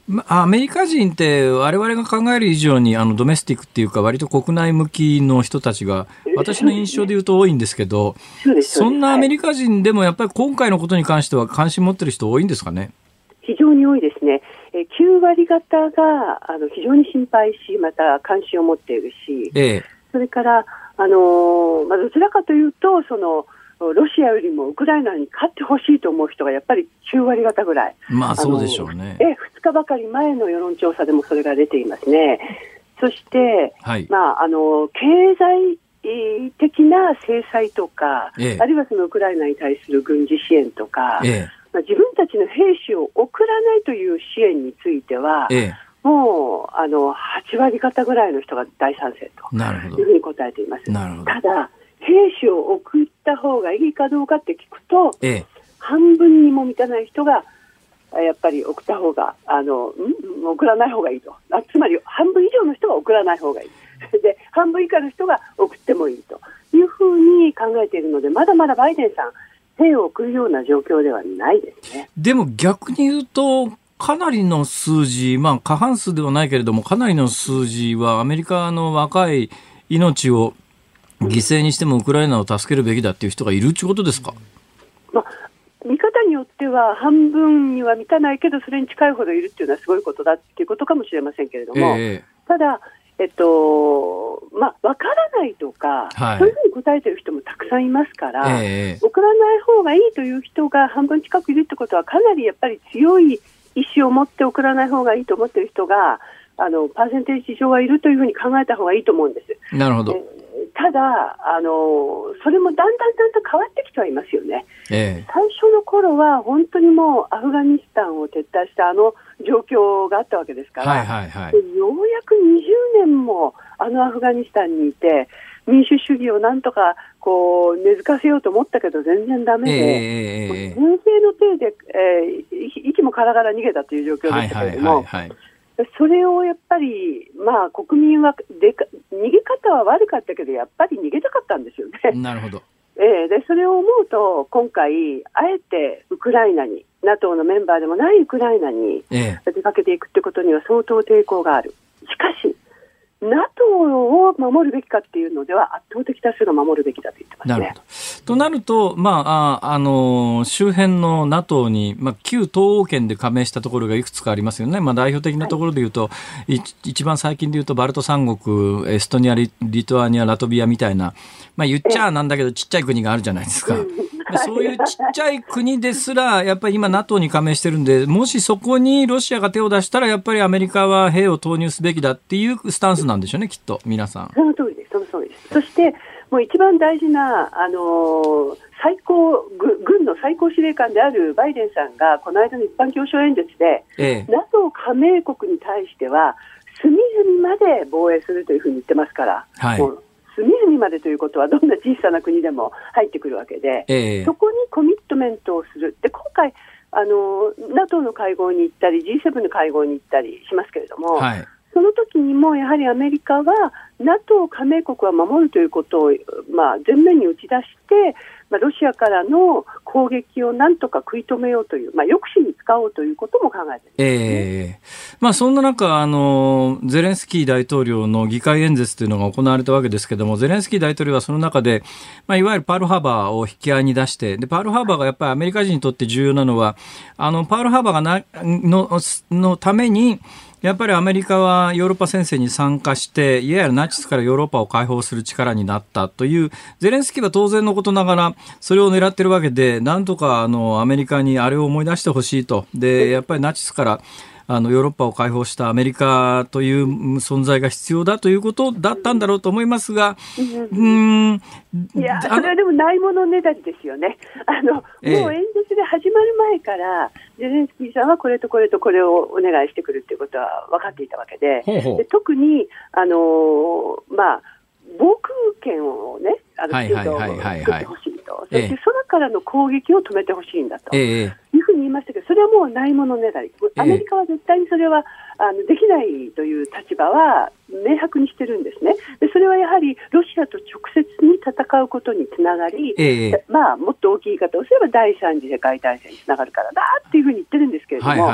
まアメリカ人って我々が考える以上にあのドメスティックっていうか割と国内向きの人たちが私の印象で言うと多いんですけど、そんなアメリカ人でもやっぱり今回のことに関しては関心持ってる人多いんですかね。 非常に多いですね。きゅうわり方があの非常に心配し、また関心を持っているし、ええ、それからあの、まあ、どちらかというとそのロシアよりもウクライナに勝ってほしいと思う人がやっぱりきゅうわり方ぐらい。 まあそうでしょうね。 えふつかばかり前の世論調査でもそれが出ていますね。そして、はい、まあ、あの経済的な制裁とか、ええ、あるいはそのウクライナに対する軍事支援とか、ええ、まあ、自分たちの兵士を送らないという支援については、ええ、もうあのはちわり方ぐらいの人が大賛成というふうに答えています。なるほど。ただ兵士を送った方がいいかどうかって聞くと、ええ、半分にも満たない人がやっぱり送った方があのん送らない方がいいと、あつまり半分以上の人が送らない方がいいで半分以下の人が送ってもいいというふうに考えているので、まだまだバイデンさん兵を送るような状況ではないですね。 でも逆に言うとかなりの数字、まあ過半数ではないけれどもかなりの数字はアメリカの若い命を犠牲にしてもウクライナを助けるべきだっていう人がいるということですか。 まあ、見方によっては半分には満たないけどそれに近いほどいるっていうのはすごいことだっていうことかもしれませんけれども、えー、ただ、えっとまあ、分からないとか、はい、そういうふうに答えている人もたくさんいますから、えー、送らない方がいいという人が半分近くいるってことはかなりやっぱり強い意思を持って送らない方がいいと思っている人があのパーセンテージ上はいるというふうに考えた方がいいと思うんです。 なるほど。えーただあのそれもだんだんだんだん変わってきてはいますよね、ええ、最初の頃は本当にもうアフガニスタンを撤退したあの状況があったわけですから、はいはいはい、でようやくにじゅうねんもあのアフガニスタンにいて民主主義をなんとかこう根付かせようと思ったけど全然ダメで、ええ、先生の手で、えー、息もからがら逃げたという状況でしたけれども、はいはいはいはい、それをやっぱり、まあ、国民はでか逃げ方は悪かったけどやっぱり逃げたかったんですよね。 なるほど。 えー、でそれを思うと今回あえてウクライナに NATO のメンバーでもないウクライナに出かけていくってことには相当抵抗がある。しかし NATO を守るべきかっていうのでは圧倒的多数が守るべきだと言ってますね。なるほど。 となると、まあ、あ、あの周辺の NATO に、まあ、旧東欧圏で加盟したところがいくつかありますよね。まあ、代表的なところでいうと、はい、一番最近でいうとバルト三国エストニア リ, リトアニアラトビアみたいな、まあ、言っちゃなんだけどちっちゃい国があるじゃないですか。そういうちっちゃい国ですらやっぱり今 NATO に加盟してるんで、もしそこにロシアが手を出したらやっぱりアメリカは兵を投入すべきだっていうスタンスなんでしょうね、きっと皆さん。 その通りです、その通りです。そしてもう一番大事な、あのー、最高軍の最高司令官であるバイデンさんがこの間の一般教書演説で、ええ、NATO 加盟国に対しては隅々まで防衛するというふうに言ってますから、はい、もう隅々までということはどんな小さな国でも入ってくるわけで、ええ、そこにコミットメントをする。で今回あの NATO の会合に行ったり ジーセブン の会合に行ったりしますけれども、はい、その時にもやはりアメリカは NATO 加盟国は守るということを、まあ、前面に打ち出して、まあ、ロシアからの攻撃をなんとか食い止めようという、まあ、抑止に使おうということも考えているんですね。 えーまあ、そんな中あのゼレンスキー大統領の議会演説というのが行われたわけですけれども、ゼレンスキー大統領はその中で、まあ、いわゆるパールハーバーを引き合いに出して、でパールハーバーがやっぱりアメリカ人にとって重要なのはあのパールハーバーがな の, のためにやっぱりアメリカはヨーロッパ戦線に参加していわゆるナチスからヨーロッパを解放する力になったという、ゼレンスキーは当然のことながらそれを狙っているわけで、なんとかあのアメリカにあれを思い出してほしいと。でやっぱりナチスからあのヨーロッパを解放したアメリカという存在が必要だということだったんだろうと思いますが、うーんいやそれはでもないものねだりですよね。あの、ええ、もう演説で始まる前からゼレンスキーさんはこれとこれとこれをお願いしてくるということは分かっていたわけ で, ほうほうで特にあの、まあ、防空圏をねあの作ってほしいと、そして空からの攻撃を止めてほしいんだと、ええいうふうに言いましたけど、それはもうないものねだり、アメリカは絶対にそれはあのできないという立場は明白にしてるんですね。でそれはやはりロシアと直接に戦うことにつながり、ええまあ、もっと大きい言い方をすれば第三次世界大戦につながるからだっていうふうに言ってるんですけれども、はいはい、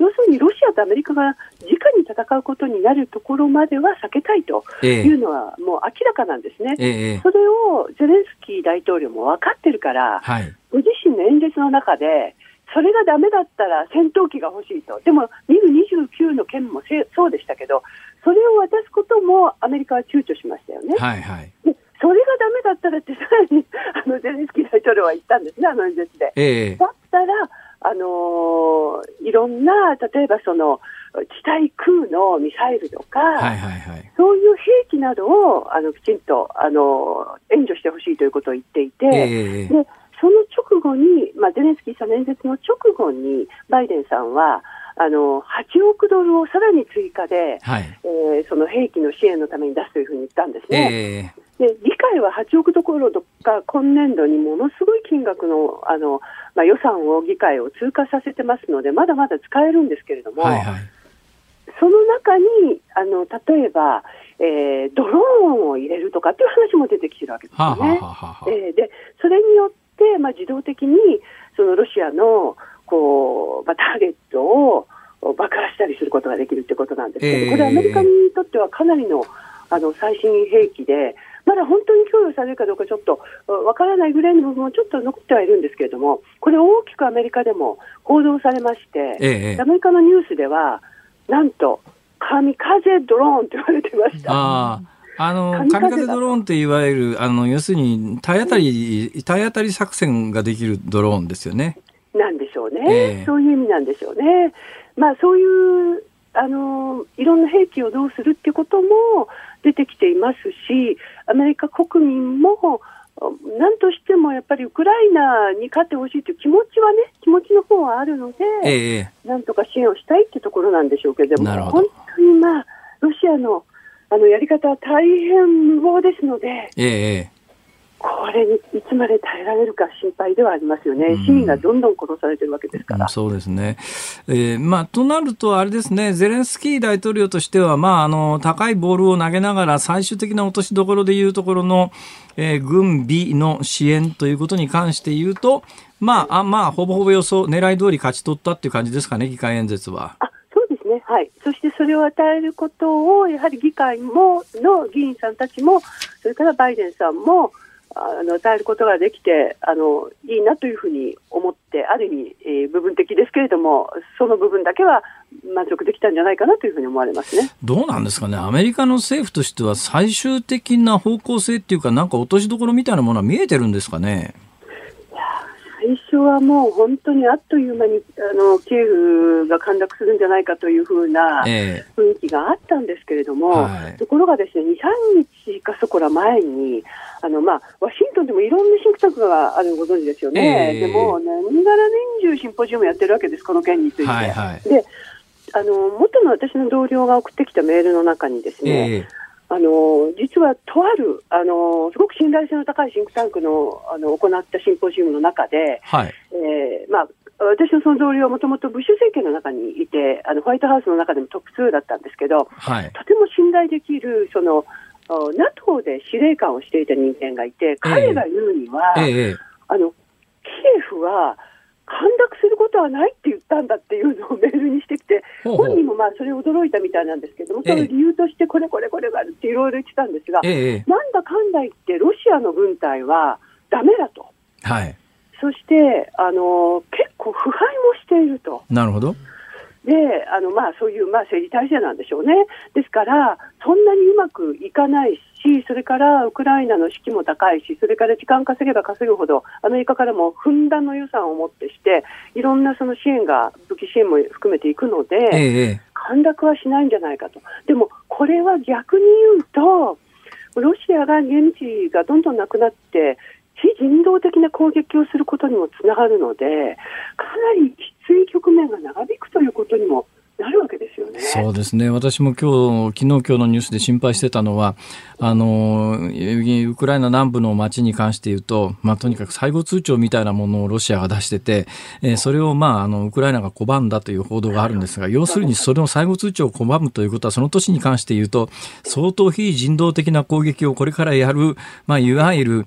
要するにロシアとアメリカが直に戦うことになるところまでは避けたいというのはもう明らかなんですね、ええ、それをゼレンスキー大統領も分かってるから、はい、ご自身の演説の中でそれがダメだったら戦闘機が欲しいと。でもミグにじゅうきゅうの件もそうでしたけど、それを渡すこともアメリカは躊躇しましたよね、はいはい、でそれがダメだったらってさらにあのゼレンスキー大統領は言ったんですね、あの演説で、ええ、だったら、あのー、いろんな例えばその地対空のミサイルとか、はいはいはい、そういう兵器などをあのきちんと、あのー、援助してほしいということを言っていて、ええ、でその直後に、まあ、ゼレンスキーさんの演説の直後にバイデンさんはあのはちおくドルをさらに追加で、はい、えー、その兵器の支援のために出すというふうに言ったんですね、えー、で議会ははちおくどころか今年度にものすごい金額の、あの、まあ、予算を議会を通過させてますのでまだまだ使えるんですけれども、はいはい、その中にあの例えば、えー、ドローンを入れるとかっていう話も出てきてるわけですよね。でそれによってまあ、自動的にそのロシアのこう、まあ、ターゲットを爆破したりすることができるということなんですけど、えー、これアメリカにとってはかなりの、あの最新兵器でまだ本当に供与されるかどうかちょっとわからないぐらいの部分もちょっと残ってはいるんですけれども、これ大きくアメリカでも報道されまして、えー、アメリカのニュースではなんと神風ドローンと言われてました。ああの神風ドローンっていわゆるあの要するに体当たり体当たり作戦ができるドローンですよね。 なんでしょうね、えー、そういう意味なんでしょうね。まあそういうあのいろんな兵器をどうするっていうことも出てきていますし、アメリカ国民も何としてもやっぱりウクライナに勝ってほしいという気持ちはね気持ちの方はあるので、えー、なんとか支援をしたいっていうところなんでしょうけども、本当にまあロシアのあのやり方は大変無謀ですので、ええ、これにいつまで耐えられるか心配ではありますよね。市民がどんどん殺されてるわけですから、 うん、そうですね、えーまあ、となるとあれですね、ゼレンスキー大統領としては、まあ、あの高いボールを投げながら最終的な落としどころでいうところの、えー、軍備の支援ということに関して言うと、まあ、あまあほぼほぼ予想狙い通り勝ち取ったっていう感じですかね、議会演説は。 あはい、そしてそれを与えることをやはり議会もの議員さんたちもそれからバイデンさんもあの与えることができてあのいいなというふうに思ってある意味、えー、部分的ですけれどもその部分だけは満足できたんじゃないかなというふうに思われますね。 どうなんですかね、アメリカの政府としては最終的な方向性っていうかなんか落としどころみたいなものは見えてるんですかね。 最初はもう本当にあっという間にあのキエフが陥落するんじゃないかというふうな雰囲気があったんですけれども、えーはい、ところがですねに、さんにちかそこら前にあの、まあ、ワシントンでもいろんなシンクタンクがあるのご存知ですよね、えー、でも年がら年中シンポジウムやってるわけです、この件について、はいはい、であの元の私の同僚が送ってきたメールの中にですね、えーあの実はとあるあのすごく信頼性の高いシンクタンクの、あの行ったシンポジウムの中で、はいえーまあ、私のその同僚はもともとブッシュ政権の中にいてあのホワイトハウスの中でもトップツーだったんですけど、はい、とても信頼できるその ナトー で司令官をしていた人間がいて、彼が言うには、えー、あのキエフは陥落することはないって言ったんだっていうのをメールにしてきて、ほうほう本人もまあそれ驚いたみたいなんですけども、その理由としてこれこれこれがあるっていろいろ言ってたんですが、ええ、なんだかんだ言ってロシアの軍隊はダメだと、はい、そしてあの結構腐敗もしていると。 なるほど。 であのまあそういうまあ政治体制なんでしょうね。ですからそんなにうまくいかないし、それからウクライナの士気も高いし、それから時間稼げば稼ぐほどアメリカからもふんだんの予算を持ってしていろんなその支援が武器支援も含めていくので、ええ、陥落はしないんじゃないかと。でもこれは逆に言うとロシアが現地がどんどんなくなって非人道的な攻撃をすることにもつながるので、かなりきつい局面が長引くということにもなるわけですよね。 そうですね。私も今日昨日今日のニュースで心配してたのはあのウクライナ南部の町に関して言うと、まあ、とにかく最後通牒みたいなものをロシアが出してて、えー、それを、まあ、あのウクライナが拒んだという報道があるんですが、要するにそれの最後通牒を拒むということはその都市に関して言うと相当非人道的な攻撃をこれからやる、まあ、いわゆる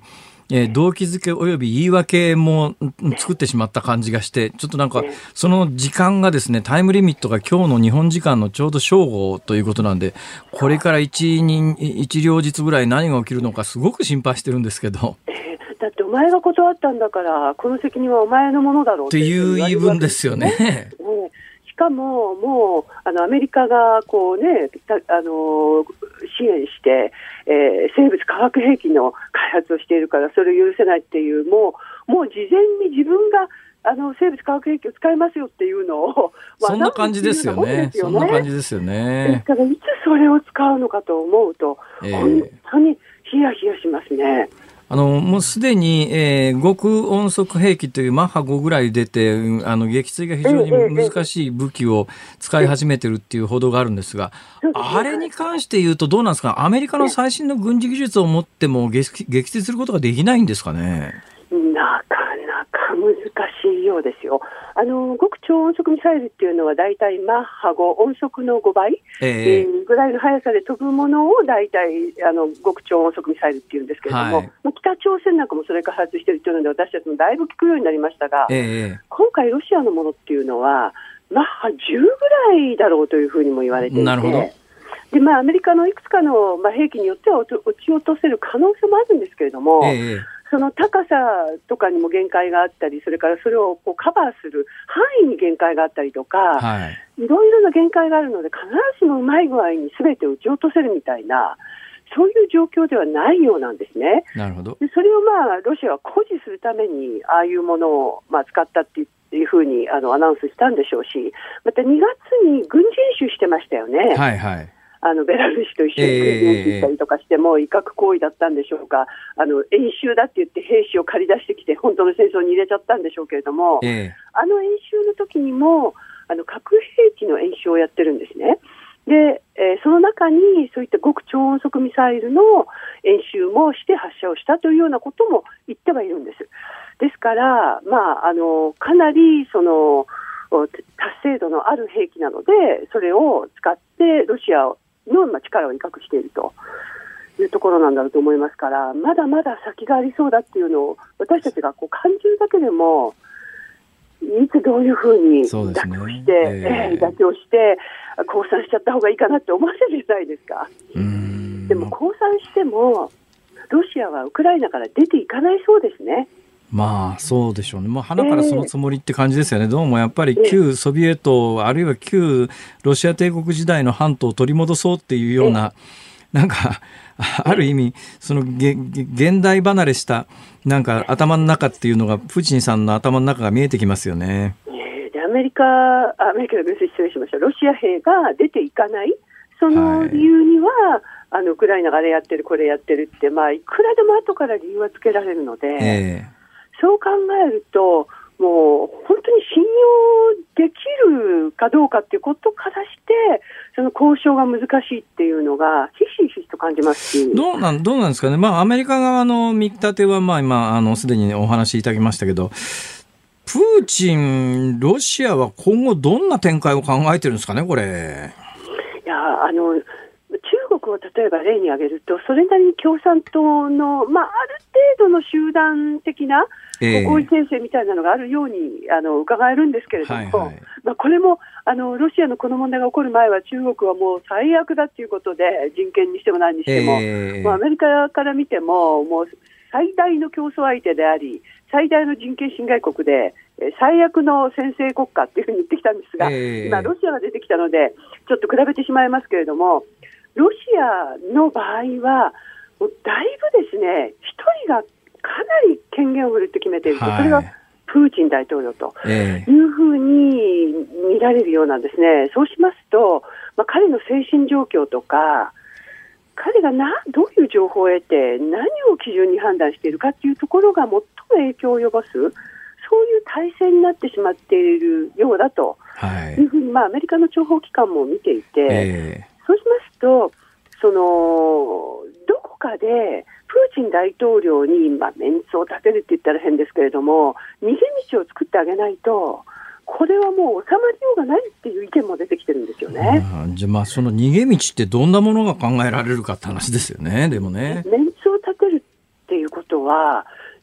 えー、動機づけおよび言い訳も作ってしまった感じがして、ちょっとなんかその時間がですね、タイムリミットが今日の日本時間のちょうど正午ということなんで、これから一日一両日ぐらい何が起きるのかすごく心配してるんですけど。 だってお前が断ったんだからこの責任はお前のものだろうっていう言い分ですよね。 ね、しかももうあのアメリカがこう、ね、あの支援して、えー、生物化学兵器の開発をしているからそれを許せないっていう、もう、もう事前に自分があの生物化学兵器を使いますよっていうのをそんな感じですよね。そんな感じですよね。 ですからいつそれを使うのかと思うと、えー、本当にヒヤヒヤしますね。 あのもうすでに、えー、極音速兵器というマッハごぐらい出て、あの撃墜が非常に難しい武器を使い始めてるっていう報道があるんですが、あれに関して言うとどうなんですか。アメリカの最新の軍事技術を持っても撃墜することができないんですかね。 なかなか難しいようですよ。あの極超音速ミサイルっていうのはだいたいマッハご、音速のごばい、えー、ぐらいの速さで飛ぶものをだいたいあの極超音速ミサイルっていうんですけれども、はい、北朝鮮なんかもそれ開発しているというので私たちもだいぶ聞くようになりましたが、えー、今回ロシアのものっていうのはマッハじゅうぐらいだろうというふうにも言われていて、 なるほど。 でまあ、アメリカのいくつかの、まあ、兵器によっては落ち落とせる可能性もあるんですけれども、えーその高さとかにも限界があったり、それからそれをこうカバーする範囲に限界があったりとか、はい、いろいろな限界があるので必ずしもうまい具合に全て撃ち落とせるみたいな、そういう状況ではないようなんですね。 なるほど。 でそれをまあロシアは誇示するためにああいうものをまあ使ったっていうふうにあのアナウンスしたんでしょうし、またにがつに軍事演習してましたよね。 はいはい。 あのベラルーシと一緒に軍事演習したりとかしても威嚇行為だったんでしょうか、あの演習だって言って兵士を借り出してきて本当の戦争に入れちゃったんでしょうけれども、えー、あの演習の時にもあの核兵器の演習をやってるんですね。で、えー、その中にそういった極超音速ミサイルの演習もして発射をしたというようなことも言ってはいるんです。ですから、まあ、あのかなりその達成度のある兵器なのでそれを使ってロシアをの力を威嚇しているというところなんだろうと思いますから、まだまだ先がありそうだっていうのを私たちがこう感じるだけでもいつどういうふうに妥協して、ねえー、妥協して降参しちゃった方がいいかなって思わせるじゃないですか。うーん、でも降参してもロシアはウクライナから出ていかないそうですね。 まあそうでしょうね。もう花からそのつもりって感じですよね。えー、どうもやっぱり旧ソビエト、あるいは旧ロシア帝国時代の半島を取り戻そうっていうような、えー、なんかある意味その現代離れしたなんか頭の中っていうのがプーチンさんの頭の中が見えてきますよね。 えー、でアメリカアメリカの別に失礼しました。ロシア兵が出ていかないその理由には、はい、あのウクライナがあれやってるこれやってるって、まあ、いくらでも後から理由はつけられるので、えーそう考えるともう本当に信用できるかどうかっていうことからしてその交渉が難しいっていうのがひしひしと感じますし、 どうなん、どうなんですかね。まあ、アメリカ側の見立てはまあ今あのすでにお話しいただきましたけど、プーチンロシアは今後どんな展開を考えてるんですかねこれ。いやあの中国を例えば例に挙げるとそれなりに共産党の、まあ、ある程度の集団的な合意形成みたいなのがあるようにあの伺えるんですけれども、はいはい、まあ、これもあのロシアのこの問題が起こる前は中国はもう最悪だということで人権にしても何にしても、えー、もうアメリカから見てももう最大の競争相手であり最大の人権侵害国で最悪の先制国家というふうに言ってきたんですが、えー、今ロシアが出てきたのでちょっと比べてしまいますけれども、ロシアの場合はもうだいぶですね一人がかなり権限を振るって決めていると、はい、それがプーチン大統領というふうに見られるようなんですね。そうしますと、まあ、彼の精神状況とか彼がなどういう情報を得て何を基準に判断しているかというところが最も影響を及ぼすそういう体制になってしまっているようだというふうに、まあ、アメリカの諜報機関も見ていて、えー、そうしますとそのどこかでプーチン大統領に、まあ、メンツを立てるって言ったら変ですけれども逃げ道を作ってあげないとこれはもう収まりようがないっていう意見も出てきてるんですよね。 あじゃあまあその逃げ道ってどんなものが考えられるかって話ですよね。でもねメンツを立てるっていうことは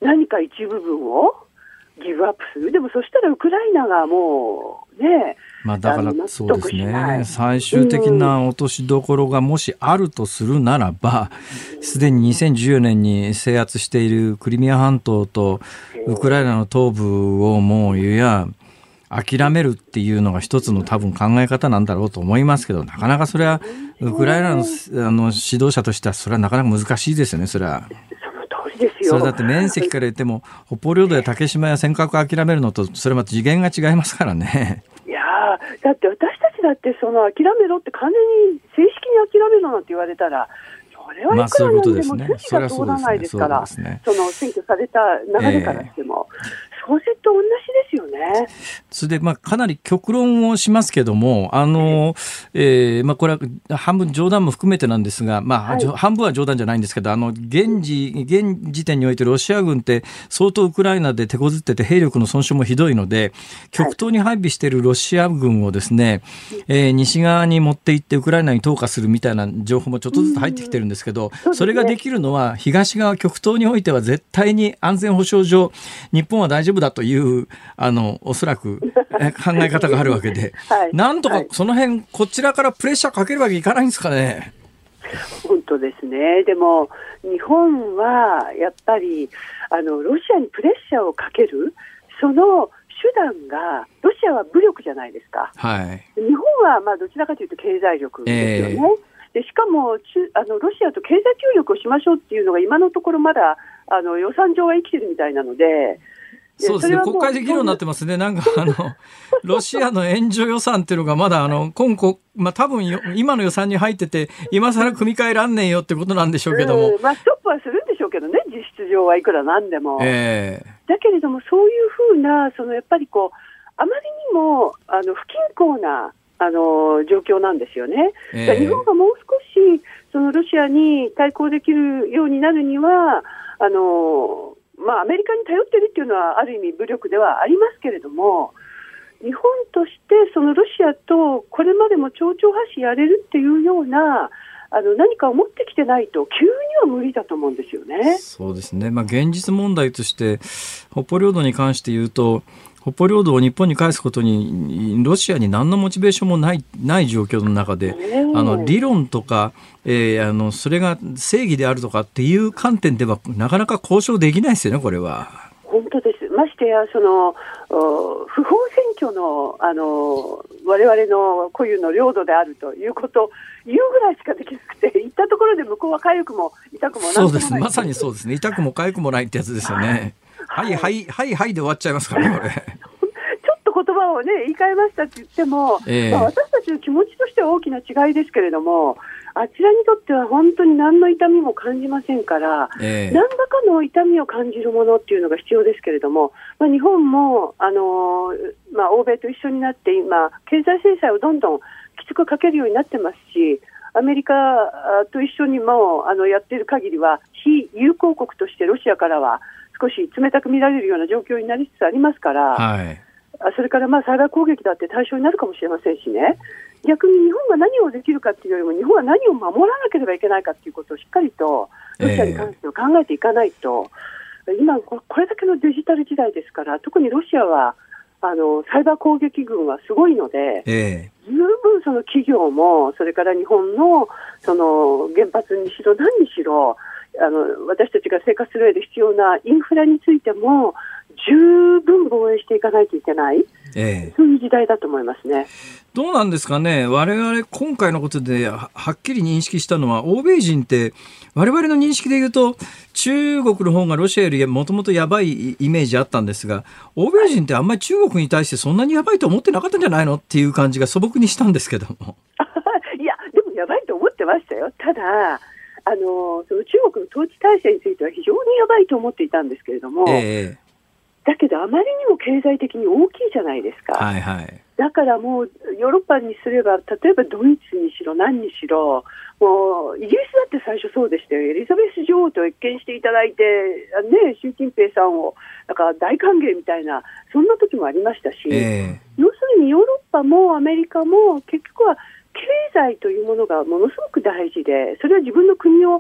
何か一部分をギブアップする。でもそしたらウクライナがもうね、 まあ、だからそうですね、最終的な落としどころがもしあるとするならば、すでににせんじゅうよねんに制圧しているクリミア半島とウクライナの東部をもういや諦めるっていうのが一つの多分考え方なんだろうと思いますけど、なかなかそれはウクライナの、あの指導者としてはそれはなかなか難しいですよね。それはそれだって面積から言っても北方領土や竹島や尖閣を諦めるのとそれまた次元が違いますからね。 いやだって私たちだってその諦めろって完全に正式に諦めろなんて言われたらそれはいくらなんでも筋が通らないですから、その選挙された流れからしても、えーそれと同じですよね。 それで、まあ、かなり極論をしますけども、あの、えーまあ、これは半分冗談も含めてなんですが、まあはい、半分は冗談じゃないんですけど、あの現時、現時点においてロシア軍って相当ウクライナで手こずってて兵力の損傷もひどいので、極東に配備しているロシア軍をですね、はいえー、西側に持って行ってウクライナに投下するみたいな情報もちょっとずつ入ってきてるんですけど、そ, ね、それができるのは東側極東においては絶対に安全保障上日本は大丈夫だというあのおそらく考え方があるわけで、はい、なんとかその辺、はい、こちらからプレッシャーかけるわけいかないんですかね。 本当ですね。でも日本はやっぱりあのロシアにプレッシャーをかけるその手段がロシアは武力じゃないですか、はい、日本はまあどちらかというと経済力ですよね、えー、でしかもあのロシアと経済協力をしましょうっていうのが今のところまだあの予算上は生きてるみたいなので、 そうですね、国会で議論になってますね。なんかあのロシアの援助予算っていうのがまだあの今後、まあ、多分今の予算に入ってて今更組み替えらんねえよってことなんでしょうけども、 うんまあ、ストップはするんでしょうけどね、実質上はいくらなんでも、えー、だけれどもそういうふうなそのやっぱりこうあまりにもあの不均衡なあの状況なんですよね、えー、日本がもう少しそのロシアに対抗できるようになるにはあのまあ、アメリカに頼っているというのはある意味武力ではありますけれども、日本としてそのロシアとこれまでも丁々発止やれるっていうようなあの何かを持ってきてないと急には無理だと思うんですよね。 そうですね、まあ、現実問題として北方領土に関して言うと北方領土を日本に返すことにロシアに何のモチベーションもない、ない状況の中で、あの理論とか、えー、あのそれが正義であるとかっていう観点ではなかなか交渉できないですよね、これは。 本当です。ましてやその不法占拠の、あの我々の固有の領土であるということを言うぐらいしかできなくて、言ったところで向こうは痒くも痛くもなんともない。 そうです、まさにそうですね。痛くも痒くもないってやつですよね。はいはいはいはいで終わっちゃいますからね、これ。ちょっと言葉をね言い換えましたって言っても、えーまあ、私たちの気持ちとしては大きな違いですけれども、あちらにとっては本当に何の痛みも感じませんから、えー、何らかの痛みを感じるものっていうのが必要ですけれども、まあ、日本も、あのーまあ、欧米と一緒になって今経済制裁をどんどんきつくかけるようになってますし、アメリカと一緒にもあのやっている限りは非友好国としてロシアからは少し冷たく見られるような状況になりつつありますから、はい、それからまあサイバー攻撃だって対象になるかもしれませんしね、逆に日本が何をできるかというよりも日本は何を守らなければいけないかということをしっかりとロシアに関しては考えていかないと、えー、今これだけのデジタル時代ですから、特にロシアはあのサイバー攻撃群はすごいので、えー、十分その企業もそれから日本のその原発にしろ何にしろあの私たちが生活する上で必要なインフラについても十分防衛していかないといけない、ええ、そういう時代だと思いますね。 どうなんですかね。我々今回のことではっきり認識したのは、欧米人って我々の認識で言うと中国の方がロシアよりもともとやばいイメージあったんですが、欧米人ってあんまり中国に対してそんなにやばいと思ってなかったんじゃないのっていう感じが素朴にしたんですけどもいやでもやばいと思ってましたよ。ただあのその中国の統治体制については非常にやばいと思っていたんですけれども、えー、だけどあまりにも経済的に大きいじゃないですか、はいはい、だからもうヨーロッパにすれば例えばドイツにしろ何にしろもうイギリスだって最初そうでしたよ。エリザベス女王と謁見していただいて、ね、習近平さんをなんか大歓迎みたいなそんな時もありましたし、えー、要するにヨーロッパもアメリカも結局は経済というものがものすごく大事で、それは自分の国を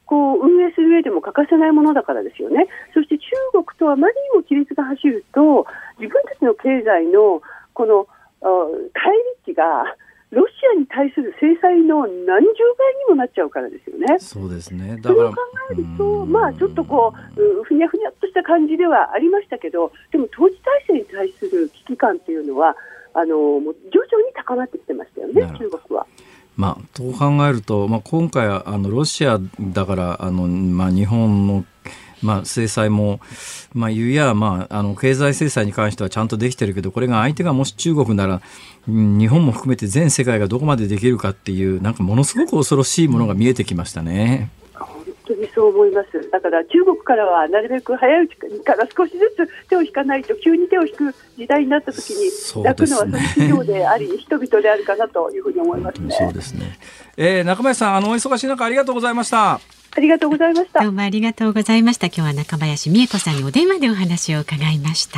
こう運営する上でも欠かせないものだからですよね。そして中国とあまりにも亀裂が走ると、自分たちの経済のこの対立がロシアに対する制裁の何十倍にもなっちゃうからですよね。 そうですね。 だからそれを考えると、まあ、ちょっとこうふにゃふにゃっとした感じではありましたけど、でも統治体制に対する危機感というのはあのもう徐々に高まってきてましたよね、中国は。 まあ、と考えると、まあ、今回はあのロシアだからあの、まあ、日本の、まあ、制裁も、まあ、言うや、まあ、あの経済制裁に関してはちゃんとできてるけど、これが相手がもし中国なら、うん、日本も含めて全世界がどこまでできるかっていう、なんかものすごく恐ろしいものが見えてきましたね。 本当にそう思います。だから中国からはなるべく早いうちから少しずつ手を引かないと、急に手を引く時代になった時に泣くのはその企業であり、ね、人々であるかなというふうに思いますね。 そうですね。えー、中林さん、あのお忙しい中ありがとうございました。 ありがとうございました。 どうもありがとうございました。今日は中林美恵子さんにお電話でお話を伺いました。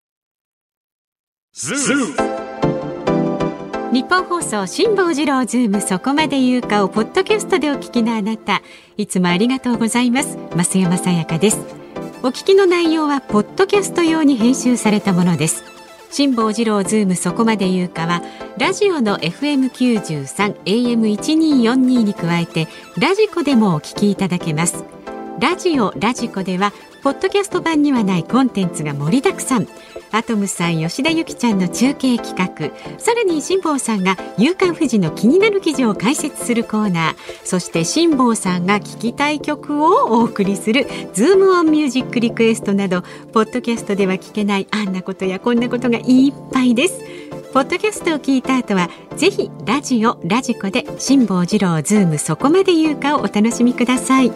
日本放送辛坊治郎ズームそこまで言うかをポッドキャストでお聞きのあなた、いつもありがとうございます。増山さやかです。お聞きの内容はポッドキャスト用に編集されたものです。辛坊治郎ズームそこまで言うかはラジオの エフエムきゅうじゅうさん エーエムせんにひゃくよんじゅうに に加えてラジコでもお聞きいただけます。ラジオラジコではポッドキャスト版にはないコンテンツが盛りだくさん。アトムさん、吉田ゆきちゃんの中継企画、さらに辛坊さんが夕刊フジの気になる記事を解説するコーナー、そして辛坊さんが聞きたい曲をお送りするズームオンミュージックリクエストなど、ポッドキャストでは聞けないあんなことやこんなことがいっぱいです。ポッドキャストを聞いた後はぜひラジオラジコで辛坊治郎ズームそこまで言うかをお楽しみください。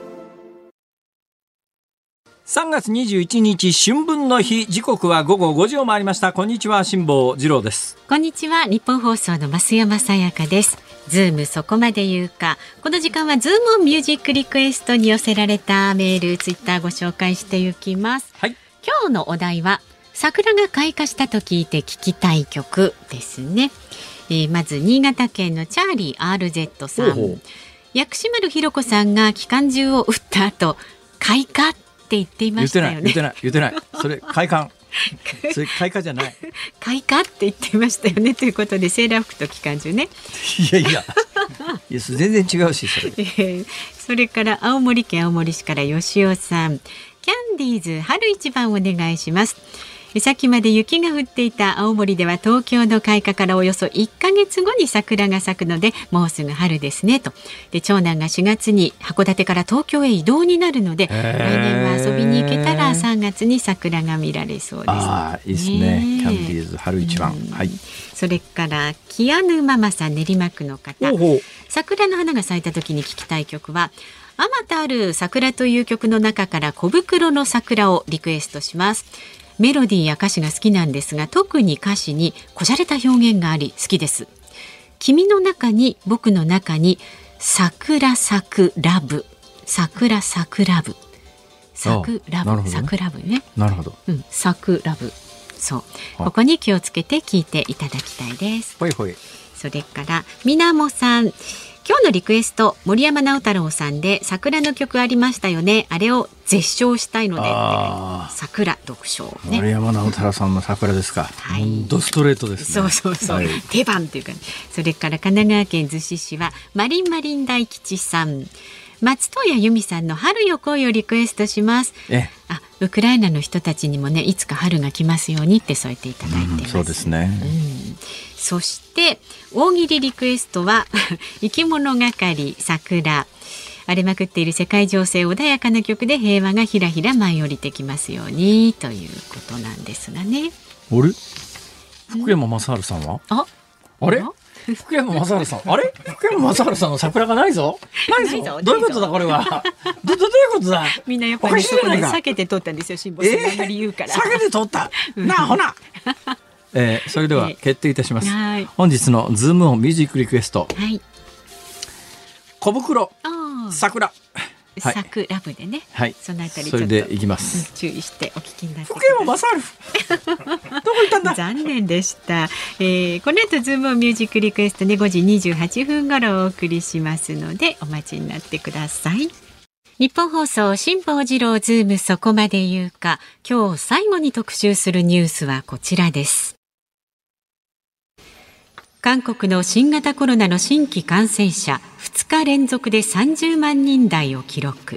さんがつにじゅういちにち春分の日、時刻は午後ごじを回りました。こんにちは、辛坊治郎です。 こんにちは、日本放送の増山さやかです。ズームそこまで言うか、この時間はズームオンミュージックリクエストに寄せられたメール、ツイッターご紹介していきます、はい、今日のお題は桜が開花したと聞いて聞きたい曲ですね。えー、まず新潟県のチャーリー アールゼット さん、ほうほう、薬師丸ひろ子さんが機関銃を撃った後開花って言っていましたよね。 言ってない言ってない言ってない、それ快感それ開花じゃない開花って言っていましたよね。ということでセーラー服と機関銃ね。 いやいやいや全然違うし、それ、えー、 それから青森県青森市から吉尾さん、キャンディーズ春一番お願いします。さっきまで雪が降っていた青森では東京の開花からおよそいっかげつごに桜が咲くのでもうすぐ春ですねと。で長男がしがつに函館から東京へ移動になるので来年は遊びに行けたらさんがつに桜が見られそうです。 あーいいですね。キャンディーズ春一番、はい、 それからキアヌママさん、練馬区の方、ほうほう、桜の花が咲いた時に聴きたい曲はあまたある桜という曲の中から小袋の桜をリクエストします。メロディーや歌詞が好きなんですが、特に歌詞にこじゃれた表現があり好きです。君の中に僕の中に桜咲くラブ、桜咲くラブ、咲くラブ、咲くラブね。 なるほど、 うん、咲くラブ、そう、ここに気をつけて聞いていただきたいです。 ほいほい。 それからみなもさん、今日のリクエスト、森山直太朗さんで桜の曲ありましたよね、あれを絶唱したいので、桜読唱、ね、 森山直太朗さんの桜ですか、はい、ドストレートですね。 そうそうそう、はい、手番というか、ね、それから神奈川県逗子市はマリンマリン大吉さん、松任谷由実さんの春よ来いをリクエストします。えあウクライナの人たちにもね、いつか春が来ますようにって添えていただいてます、うん、 そうですね、 うん、そして大喜利リクエストは生き物係桜、荒れまくっている世界情勢、穏やかな曲で平和がひらひら舞い降りてきますようにということなんですがね。 あれ福山雅治さんは、うん、ああれ福山雅治さんあれ福山雅治さんの桜がないぞないぞどういうことだこれはど, どういうことだ。 みんなやっぱりそこで避けて撮ったんですよ、辛坊さんがあんまり言うから、 避けて撮ったなあほなえー、それでは決定いたします、はい、本日のズームオンミュージックリクエスト、はい、小袋桜サクラブでね、 はい、 そのあたりちょっとそれでいきます、 うん、注意してお聞きになってください。 福山雅治どこ行ったんだ残念でした、えー、この後ズームミュージックリクエストでごじにじゅうはっぷん頃お送りしますのでお待ちになってください。日本放送辛坊治郎ズームそこまで言うか、今日最後に特集するニュースはこちらです。韓国の新型コロナの新規感染者ふつか連続でさんじゅうまんにん台を記録。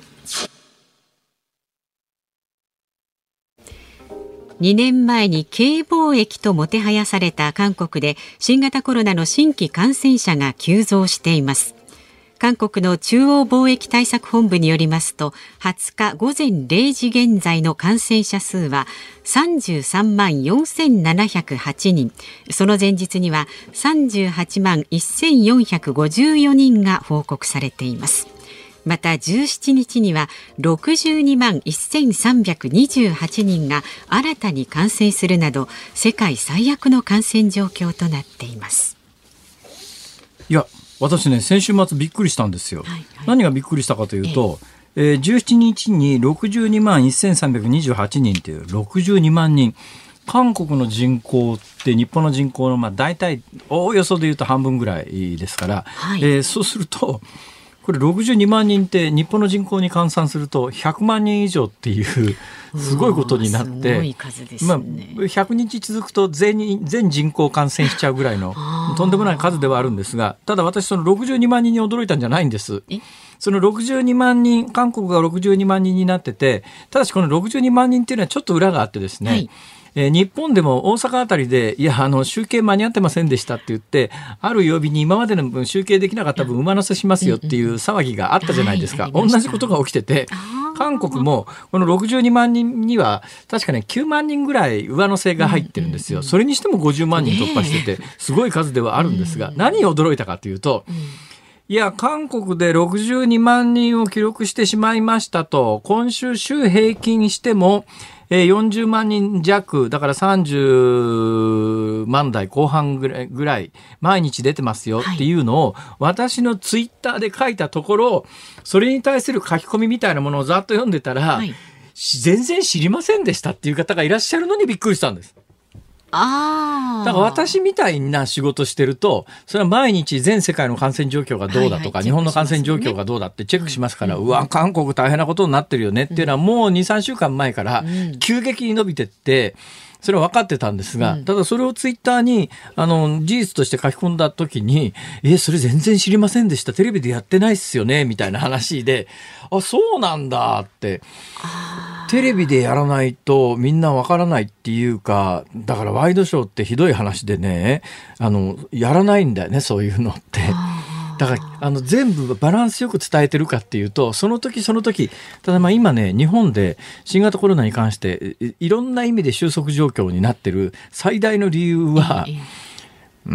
にねんまえにK貿易ともてはやされた韓国で新型コロナの新規感染者が急増しています。韓国の中央防疫対策本部によりますと、はつかごぜんれいじ現在の感染者数はさんじゅうさんまんよんせんななひゃくはちにん、その前日にはさんじゅうはちまんせんよんひゃくごじゅうよにんが報告されています。またじゅうしちにちにはろくじゅうにまんせんさんびゃくにじゅうはちにんが新たに感染するなど、世界最悪の感染状況となっています。 いや私ね、先週末びっくりしたんですよ、はいはい、何がびっくりしたかというと、えええー、じゅうしちにちにろくじゅうにまんせんさんびゃくにじゅうはちにんというろくじゅうにまんにん、韓国の人口って日本の人口のまあ大体おおよそでいうと半分ぐらいですから、はい、えー、そうするとこれろくじゅうにまんにんって日本の人口に換算するとひゃくまんにん以上っていうすごいことになって、まあ、ひゃくにち続くと 全, 全人口感染しちゃうぐらいのとんでもない数ではあるんですが、ただ私そのろくじゅうにまんにんに驚いたんじゃないんです。そのろくじゅうにまんにん、韓国がろくじゅうにまんにんになってて、ただしこのろくじゅうにまんにんっていうのはちょっと裏があってですね、はい、えー、日本でも大阪あたりでいやあの集計間に合ってませんでしたって言って、ある曜日に今までの分集計できなかった分上乗せしますよっていう騒ぎがあったじゃないですか、はい、同じことが起きてて、韓国もこのろくじゅうにまんにんには確かねきゅうまんにんぐらい上乗せが入ってるんですよ。それにしてもごじゅうまんにん突破しててすごい数ではあるんですが、何に驚いたかというと、いや韓国でろくじゅうにまんにんを記録してしまいましたと、今週週平均してもよんじゅうまんにん弱だからさんじゅうまん台後半ぐらい、ぐらい毎日出てますよっていうのを私のツイッターで書いたところ、それに対する書き込みみたいなものをざっと読んでたら、はい、全然知りませんでしたっていう方がいらっしゃるのにびっくりしたんです。 あだから私みたいな仕事してると、それは毎日全世界の感染状況がどうだとか、はいはい、日本の感染状況がどうだってチェックしますから、うん、うわ韓国大変なことになってるよねっていうのはもう にさんしゅうかんまえから急激に伸びてって、それは分かってたんですが、うん、ただそれをツイッターにあの事実として書き込んだ時に、えそれ全然知りませんでした、テレビでやってないっすよねみたいな話で、あそうなんだって、テレビでやらないとみんな分からないっていうか、だからワイドショーってひどい話でね、あのやらないんだよねそういうのって。だからあの全部バランスよく伝えてるかっていうと、その時その時、ただまあ今ね日本で新型コロナに関していろんな意味で収束状況になってる最大の理由は、うん、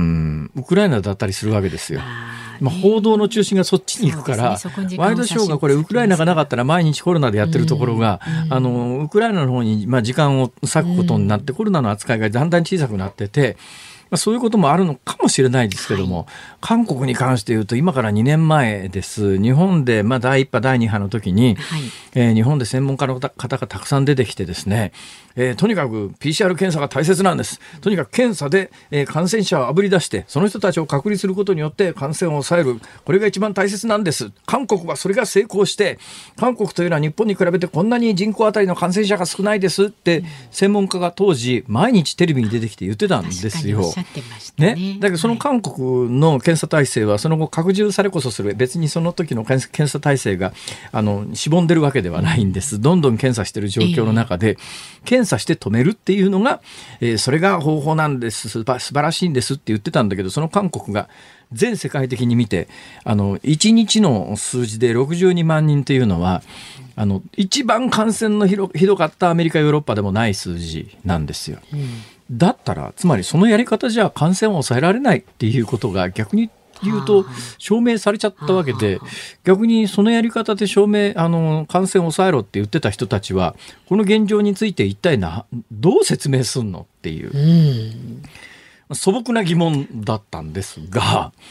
ウクライナだったりするわけですよ。まあ、報道の中心がそっちに行くから、ね、ワイドショーがこれウクライナがなかったら毎日コロナでやってるところが、うん、あのウクライナの方にまあ時間を割くことになって、うん、コロナの扱いがだんだん小さくなってて、まあ、そういうこともあるのかもしれないですけども、はい、韓国に関して言うと今からにねんまえです。日本でまあだいいっ波だいに波の時に、はい、えー、日本で専門家の方がたくさん出てきてですね、えー、とにかく ピーシーアール 検査が大切なんです。とにかく検査で、えー、感染者をあぶり出してその人たちを隔離することによって感染を抑える、これが一番大切なんです。韓国はそれが成功して、韓国というのは日本に比べてこんなに人口あたりの感染者が少ないですって専門家が当時毎日テレビに出てきて言ってたんですよ。ねね、だけどその韓国の検査体制はその後拡充されこそする、別にその時の検査体制があのしぼんでるわけではないんです。どんどん検査している状況の中で、検査して止めるっていうのが、えー、それが方法なんです、素晴らしいんですって言ってたんだけど、その韓国が全世界的に見てあのいちにちの数字でろくじゅうにまんにんというのはあの一番感染のひど、ひどかったアメリカヨーロッパでもない数字なんですよ。うん、だったらつまりそのやり方じゃ感染を抑えられないっていうことが逆に言うと証明されちゃったわけで、逆にそのやり方で証明あの感染を抑えろって言ってた人たちはこの現状について一体などう説明すんのっていう、うん、素朴な疑問だったんですが、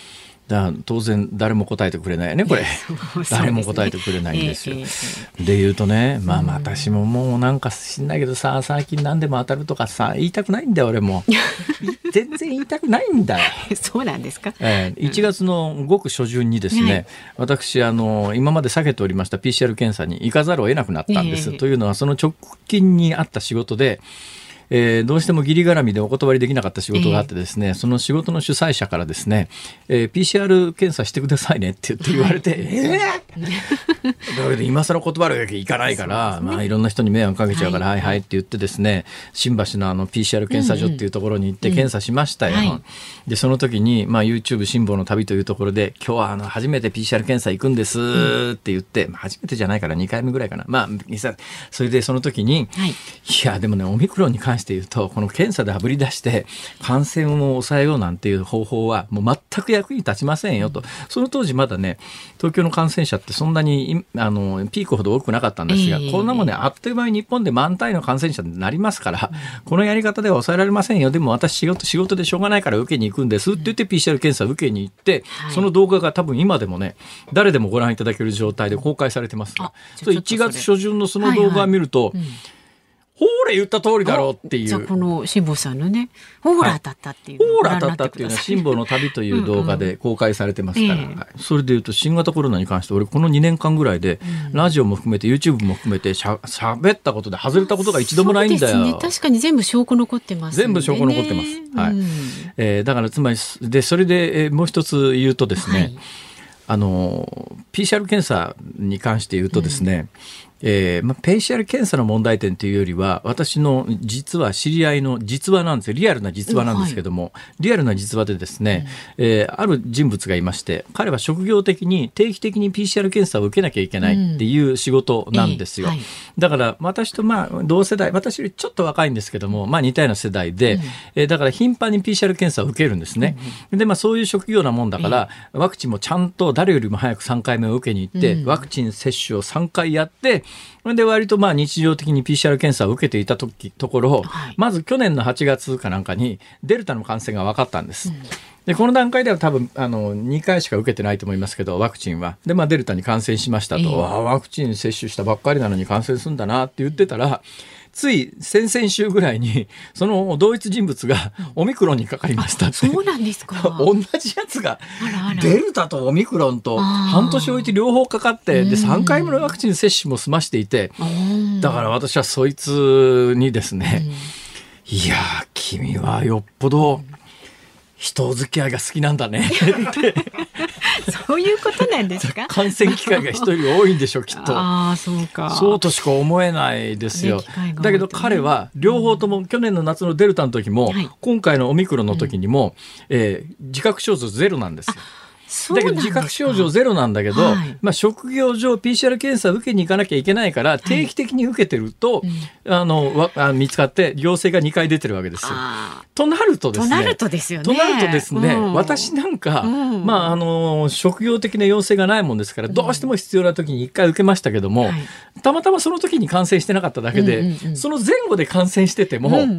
だから当然誰も答えてくれないよねこれ誰も答えてくれないんですよ。で, す、ねえー、で言うとね、まあ、まあ私ももうなんか知んないけどさ、最近何でも当たるとかさ言いたくないんだよ俺も全然言いたくないんだよそうなんですか、 えー、いちがつのごく初旬にですね、はい、私あの今まで避けておりました ピーシーアール 検査に行かざるを得なくなったんです、えー、というのはその直近にあった仕事でえー、どうしても義理絡みでお断りできなかった仕事があってですね、えー、その仕事の主催者からですね、えー、ピーシーアール 検査してくださいねって言って言われて、はい、えー、だけど今更断るわけいかないから、ね、まあ、いろんな人に迷惑かけちゃうから、はい、はいはいって言ってですね、新橋のあの ピーシーアール 検査所っていうところに行って検査しましたよ、うんうん、はい、でその時に、まあ、YouTube 辛坊の旅というところで今日はあの初めて ピーシーアール 検査行くんですって言って、うん、初めてじゃないからにかいめぐらいかな、まあ、それでその時に、はい、いやでもねオミクロンに関してして言うとこの検査であぶり出して感染を抑えようなんていう方法はもう全く役に立ちませんよと。その当時まだね東京の感染者ってそんなにあのピークほど多くなかったんですが、えー、こんなもんねあっという間に日本で満単位の感染者になりますから、うん、このやり方では抑えられませんよ、でも私仕事、仕事でしょうがないから受けに行くんですって言って ピーシーアール 検査を受けに行って、はい、その動画が多分今でもね誰でもご覧いただける状態で公開されてますが、そいちがつ初旬のその動画を見ると、はいはい、うん、ほーれ言った通りだろうっていう。 じゃあこの辛坊さんのねほーら当たったっていう、 はい、ほーら当たったっていうのは辛坊の旅という動画で公開されてますから、うんうん、はい、それでいうと新型コロナに関して俺このにねんかんぐらいで、うん、ラジオも含めて YouTube も含めてしゃ喋ったことで外れたことが一度もないんだよ。 そうですね、確かに全部証拠残ってます、ね、 全部証拠残ってます、はい、うん、えー、だからつまりでそれで、えー、もう一つ言うとですね、はい、あの ピーシーアール 検査に関して言うとですね、うん、えーまあ、ピーシーアール 検査の問題点というよりは私の実は知り合いの実話なんですよ。リアルな実話なんですけども、はい、リアルな実話でですね、うん、えー、ある人物がいまして彼は職業的に定期的に ピーシーアール 検査を受けなきゃいけないっていう仕事なんですよ、うん、えーはい、だから私とまあ同世代、私よりちょっと若いんですけども、まあ、似たような世代で、うん、えー、だから頻繁に ピーシーアール 検査を受けるんですね、うん、でまあ、そういう職業なもんだから、えー、ワクチンもちゃんと誰よりも早くさんかいめを受けに行って、うん、ワクチン接種をさんかいやってで割とまあ日常的に ピーシーアール 検査を受けていたときところ、はい、まず去年のはちがつかなんかにデルタの感染が分かったんです、うん、でこの段階では多分あのにかいしか受けてないと思いますけどワクチンはで、まあ、デルタに感染しましたと、えー、ワクチン接種したばっかりなのに感染するんだなって言ってたらつい先々週ぐらいにその同一人物がオミクロンにかかりましたって、 そうなんですか同じやつがデルタとオミクロンと半年置いて両方かかってでさんかいめのワクチン接種も済ましていて、だから私はそいつにですね、いや君はよっぽど人付き合いが好きなんだねってそういうことなんですか。 感染機会が人より多いんでしょうきっと。 あ、そうか。 そうとしか思えないですよ、ね、だけど彼は両方とも、うん、去年の夏のデルタの時も、はい、今回のオミクロンの時にも、うん、えー、自覚症状ゼロなんですよ。だけど自覚症状ゼロなんだけど、はい、まあ、職業上 ピーシーアール 検査を受けに行かなきゃいけないから定期的に受けてると、はい、あのわあ見つかって陽性がにかい出てるわけですよ。となるとですね、 となるとですよね。 となるとですね、うん、私なんか、うん、まあ、あの職業的な陽性がないもんですからどうしても必要な時にいっかい受けましたけども、はい、たまたまその時に感染してなかっただけで、うんうんうん、その前後で感染してても、うんうんうん、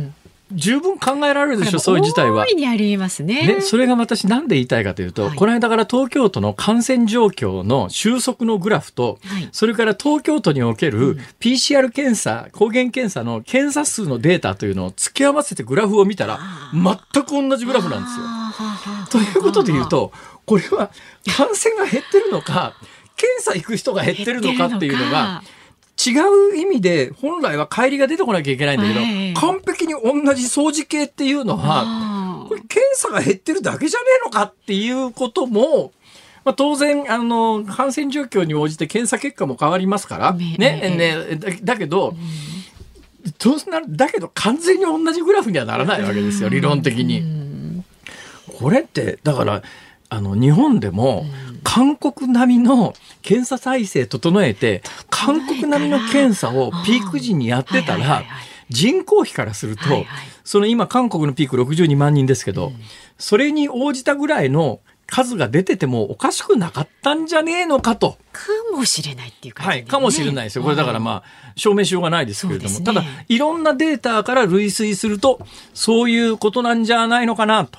十分考えられるでしょ。そういう事態は大いにありますね。 ね、それが私なんで言いたいかというと、はい、この間から東京都の感染状況の収束のグラフと、はい、それから東京都における ピーシーアール 検査、抗原検査の検査数のデータというのを付け合わせてグラフを見たら全く同じグラフなんですよ。ということで言うとこれは感染が減ってるのか検査行く人が減ってるのかっていうのが違う意味で本来は乖離が出てこなきゃいけないんだけど、はい、完璧に同じ相似形っていうのはこれ検査が減ってるだけじゃねえのかっていうことも、まあ、当然あの感染状況に応じて検査結果も変わりますから、ねね、だ, だけど、うん、どうなるだけど完全に同じグラフにはならないわけですよ、理論的に。これってだからあの日本でも韓国並みの検査体制整えて韓国並みの検査をピーク時にやってたら人口比からするとその今韓国のピークろくじゅうにまんにんですけどそれに応じたぐらいの数が出ててもおかしくなかったんじゃねえのかと。 かもしれないっていう感じ、ね、 はい、かもしれないですよ。これだからまあ証明しようがないですけれども、ね、ただいろんなデータから類推するとそういうことなんじゃないのかなと。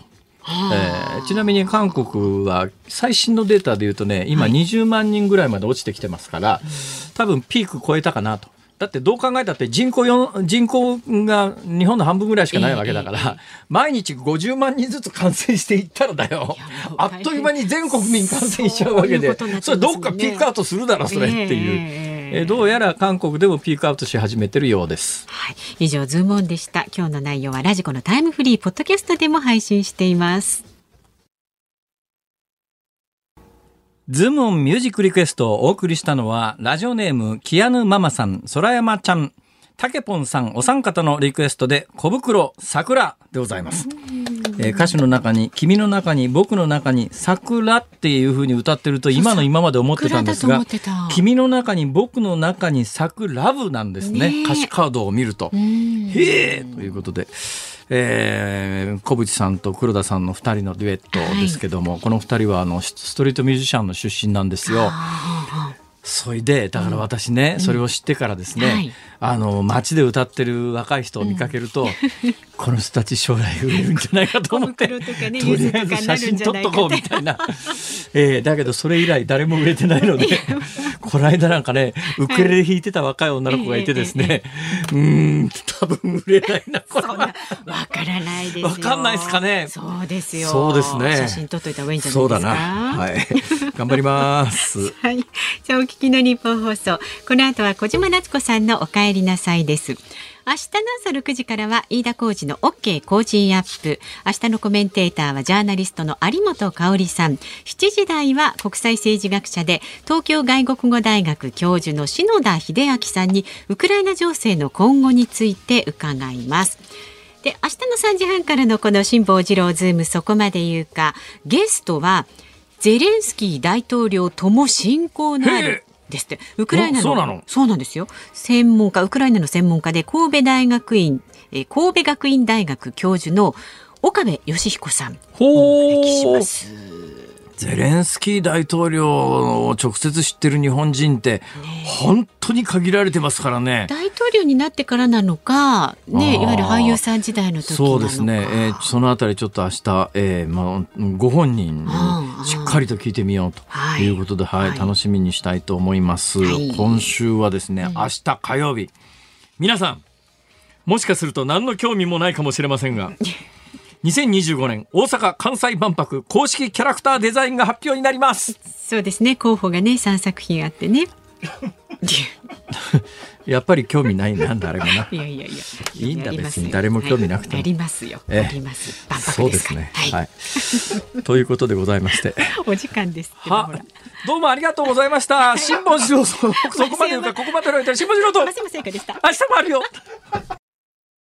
えー、ちなみに韓国は最新のデータでいうとね今にじゅうまんにんぐらいまで落ちてきてますから、はい、多分ピーク超えたかなと。だってどう考えたって人口よん人口が日本の半分ぐらいしかないわけだから、えーえー、毎日ごじゅうまんにんずつ感染していったらだよあっという間に全国民感染しちゃうわけで、そういうことになっちゃいますもんね。それどっかピークアウトするだろそれっていう、えーえー、どうやら韓国でもピークアウトし始めてるようです、 はい、以上ズームオンでした。今日の内容はラジコのタイムフリーポッドキャストでも配信しています。 ズームオンミュージックリクエストをお送りしたのはラジオネームキアヌママさん、空山ちゃん、たけぽんさんお三方のリクエストで小袋桜でございます。えー、歌詞の中に君の中に僕の中に桜っていう風に歌ってると今の今まで思ってたんですが、君の中に僕の中に咲くラブなんですね、ね歌詞カードを見ると。へーということで、えー、小渕さんと黒田さんのふたりのデュエットですけども、はい、このふたりはあのストリートミュージシャンの出身なんですよ。それでだから私ね、うん、それを知ってからですね、はい、あの街で歌ってる若い人を見かけると、うん、この人たち将来売れるんじゃないかと思ってとりあえず写真撮っとこうみたいな、えー、だけどそれ以来誰も売れてないのでこの間なんかねウクレレ弾いてた若い女の子がいてですね、うーん多分売れないなこれは。 わからないですよ。 わかんないですかね。 そうですよ。 そうですね。 写真撮っといた方がいいんじゃないですか。 そうだな、はい、頑張ります、 はい、じゃあお聞きの日本放送、この後は小島夏子さんのお帰りなさいです。明日の朝ろくじからは飯田浩司の OK コージーアップ。明日のコメンテーターはジャーナリストの有本香里さん。しちじ台は国際政治学者で東京外国語大学教授の篠田秀明さんにウクライナ情勢の今後について伺います。で、明日のさんじはんからのこの辛坊治郎ズームそこまで言うか、ゲストはゼレンスキー大統領とも親交のあるですって。ウクライナの、 そうなの？ そうなんですよ。専門家、ウクライナの専門家で神戸大学院、えー、神戸学院大学教授の岡部義彦さんお招きします。 ゼレンスキー大統領を直接知ってる日本人って本当に限られてますからね。 大統領になってからなのか、ね、いわゆる俳優さん時代の時なのか。 そうですね、えー、そのあたりちょっと明日、えーまあ、ご本人にしっかりと聞いてみようということで、はいはい、楽しみにしたいと思います、はい、今週はですね、明日火曜日、皆さんもしかすると何の興味もないかもしれませんがにせんにじゅうごねん大阪・関西万博公式キャラクターデザインが発表になります。 そうですね、候補がねさんさく品あってねやっぱり興味ないな誰もな。 いやいやいや、 いいんだ別に誰も興味なくても、 はい、ありますよ、あります。万博ですから。 そうですね、はいはい、ということでございましてお時間ですけど、ほらどうもありがとうございました。辛坊治郎そこまで言うかここまでの間辛坊治郎と明日もあるよ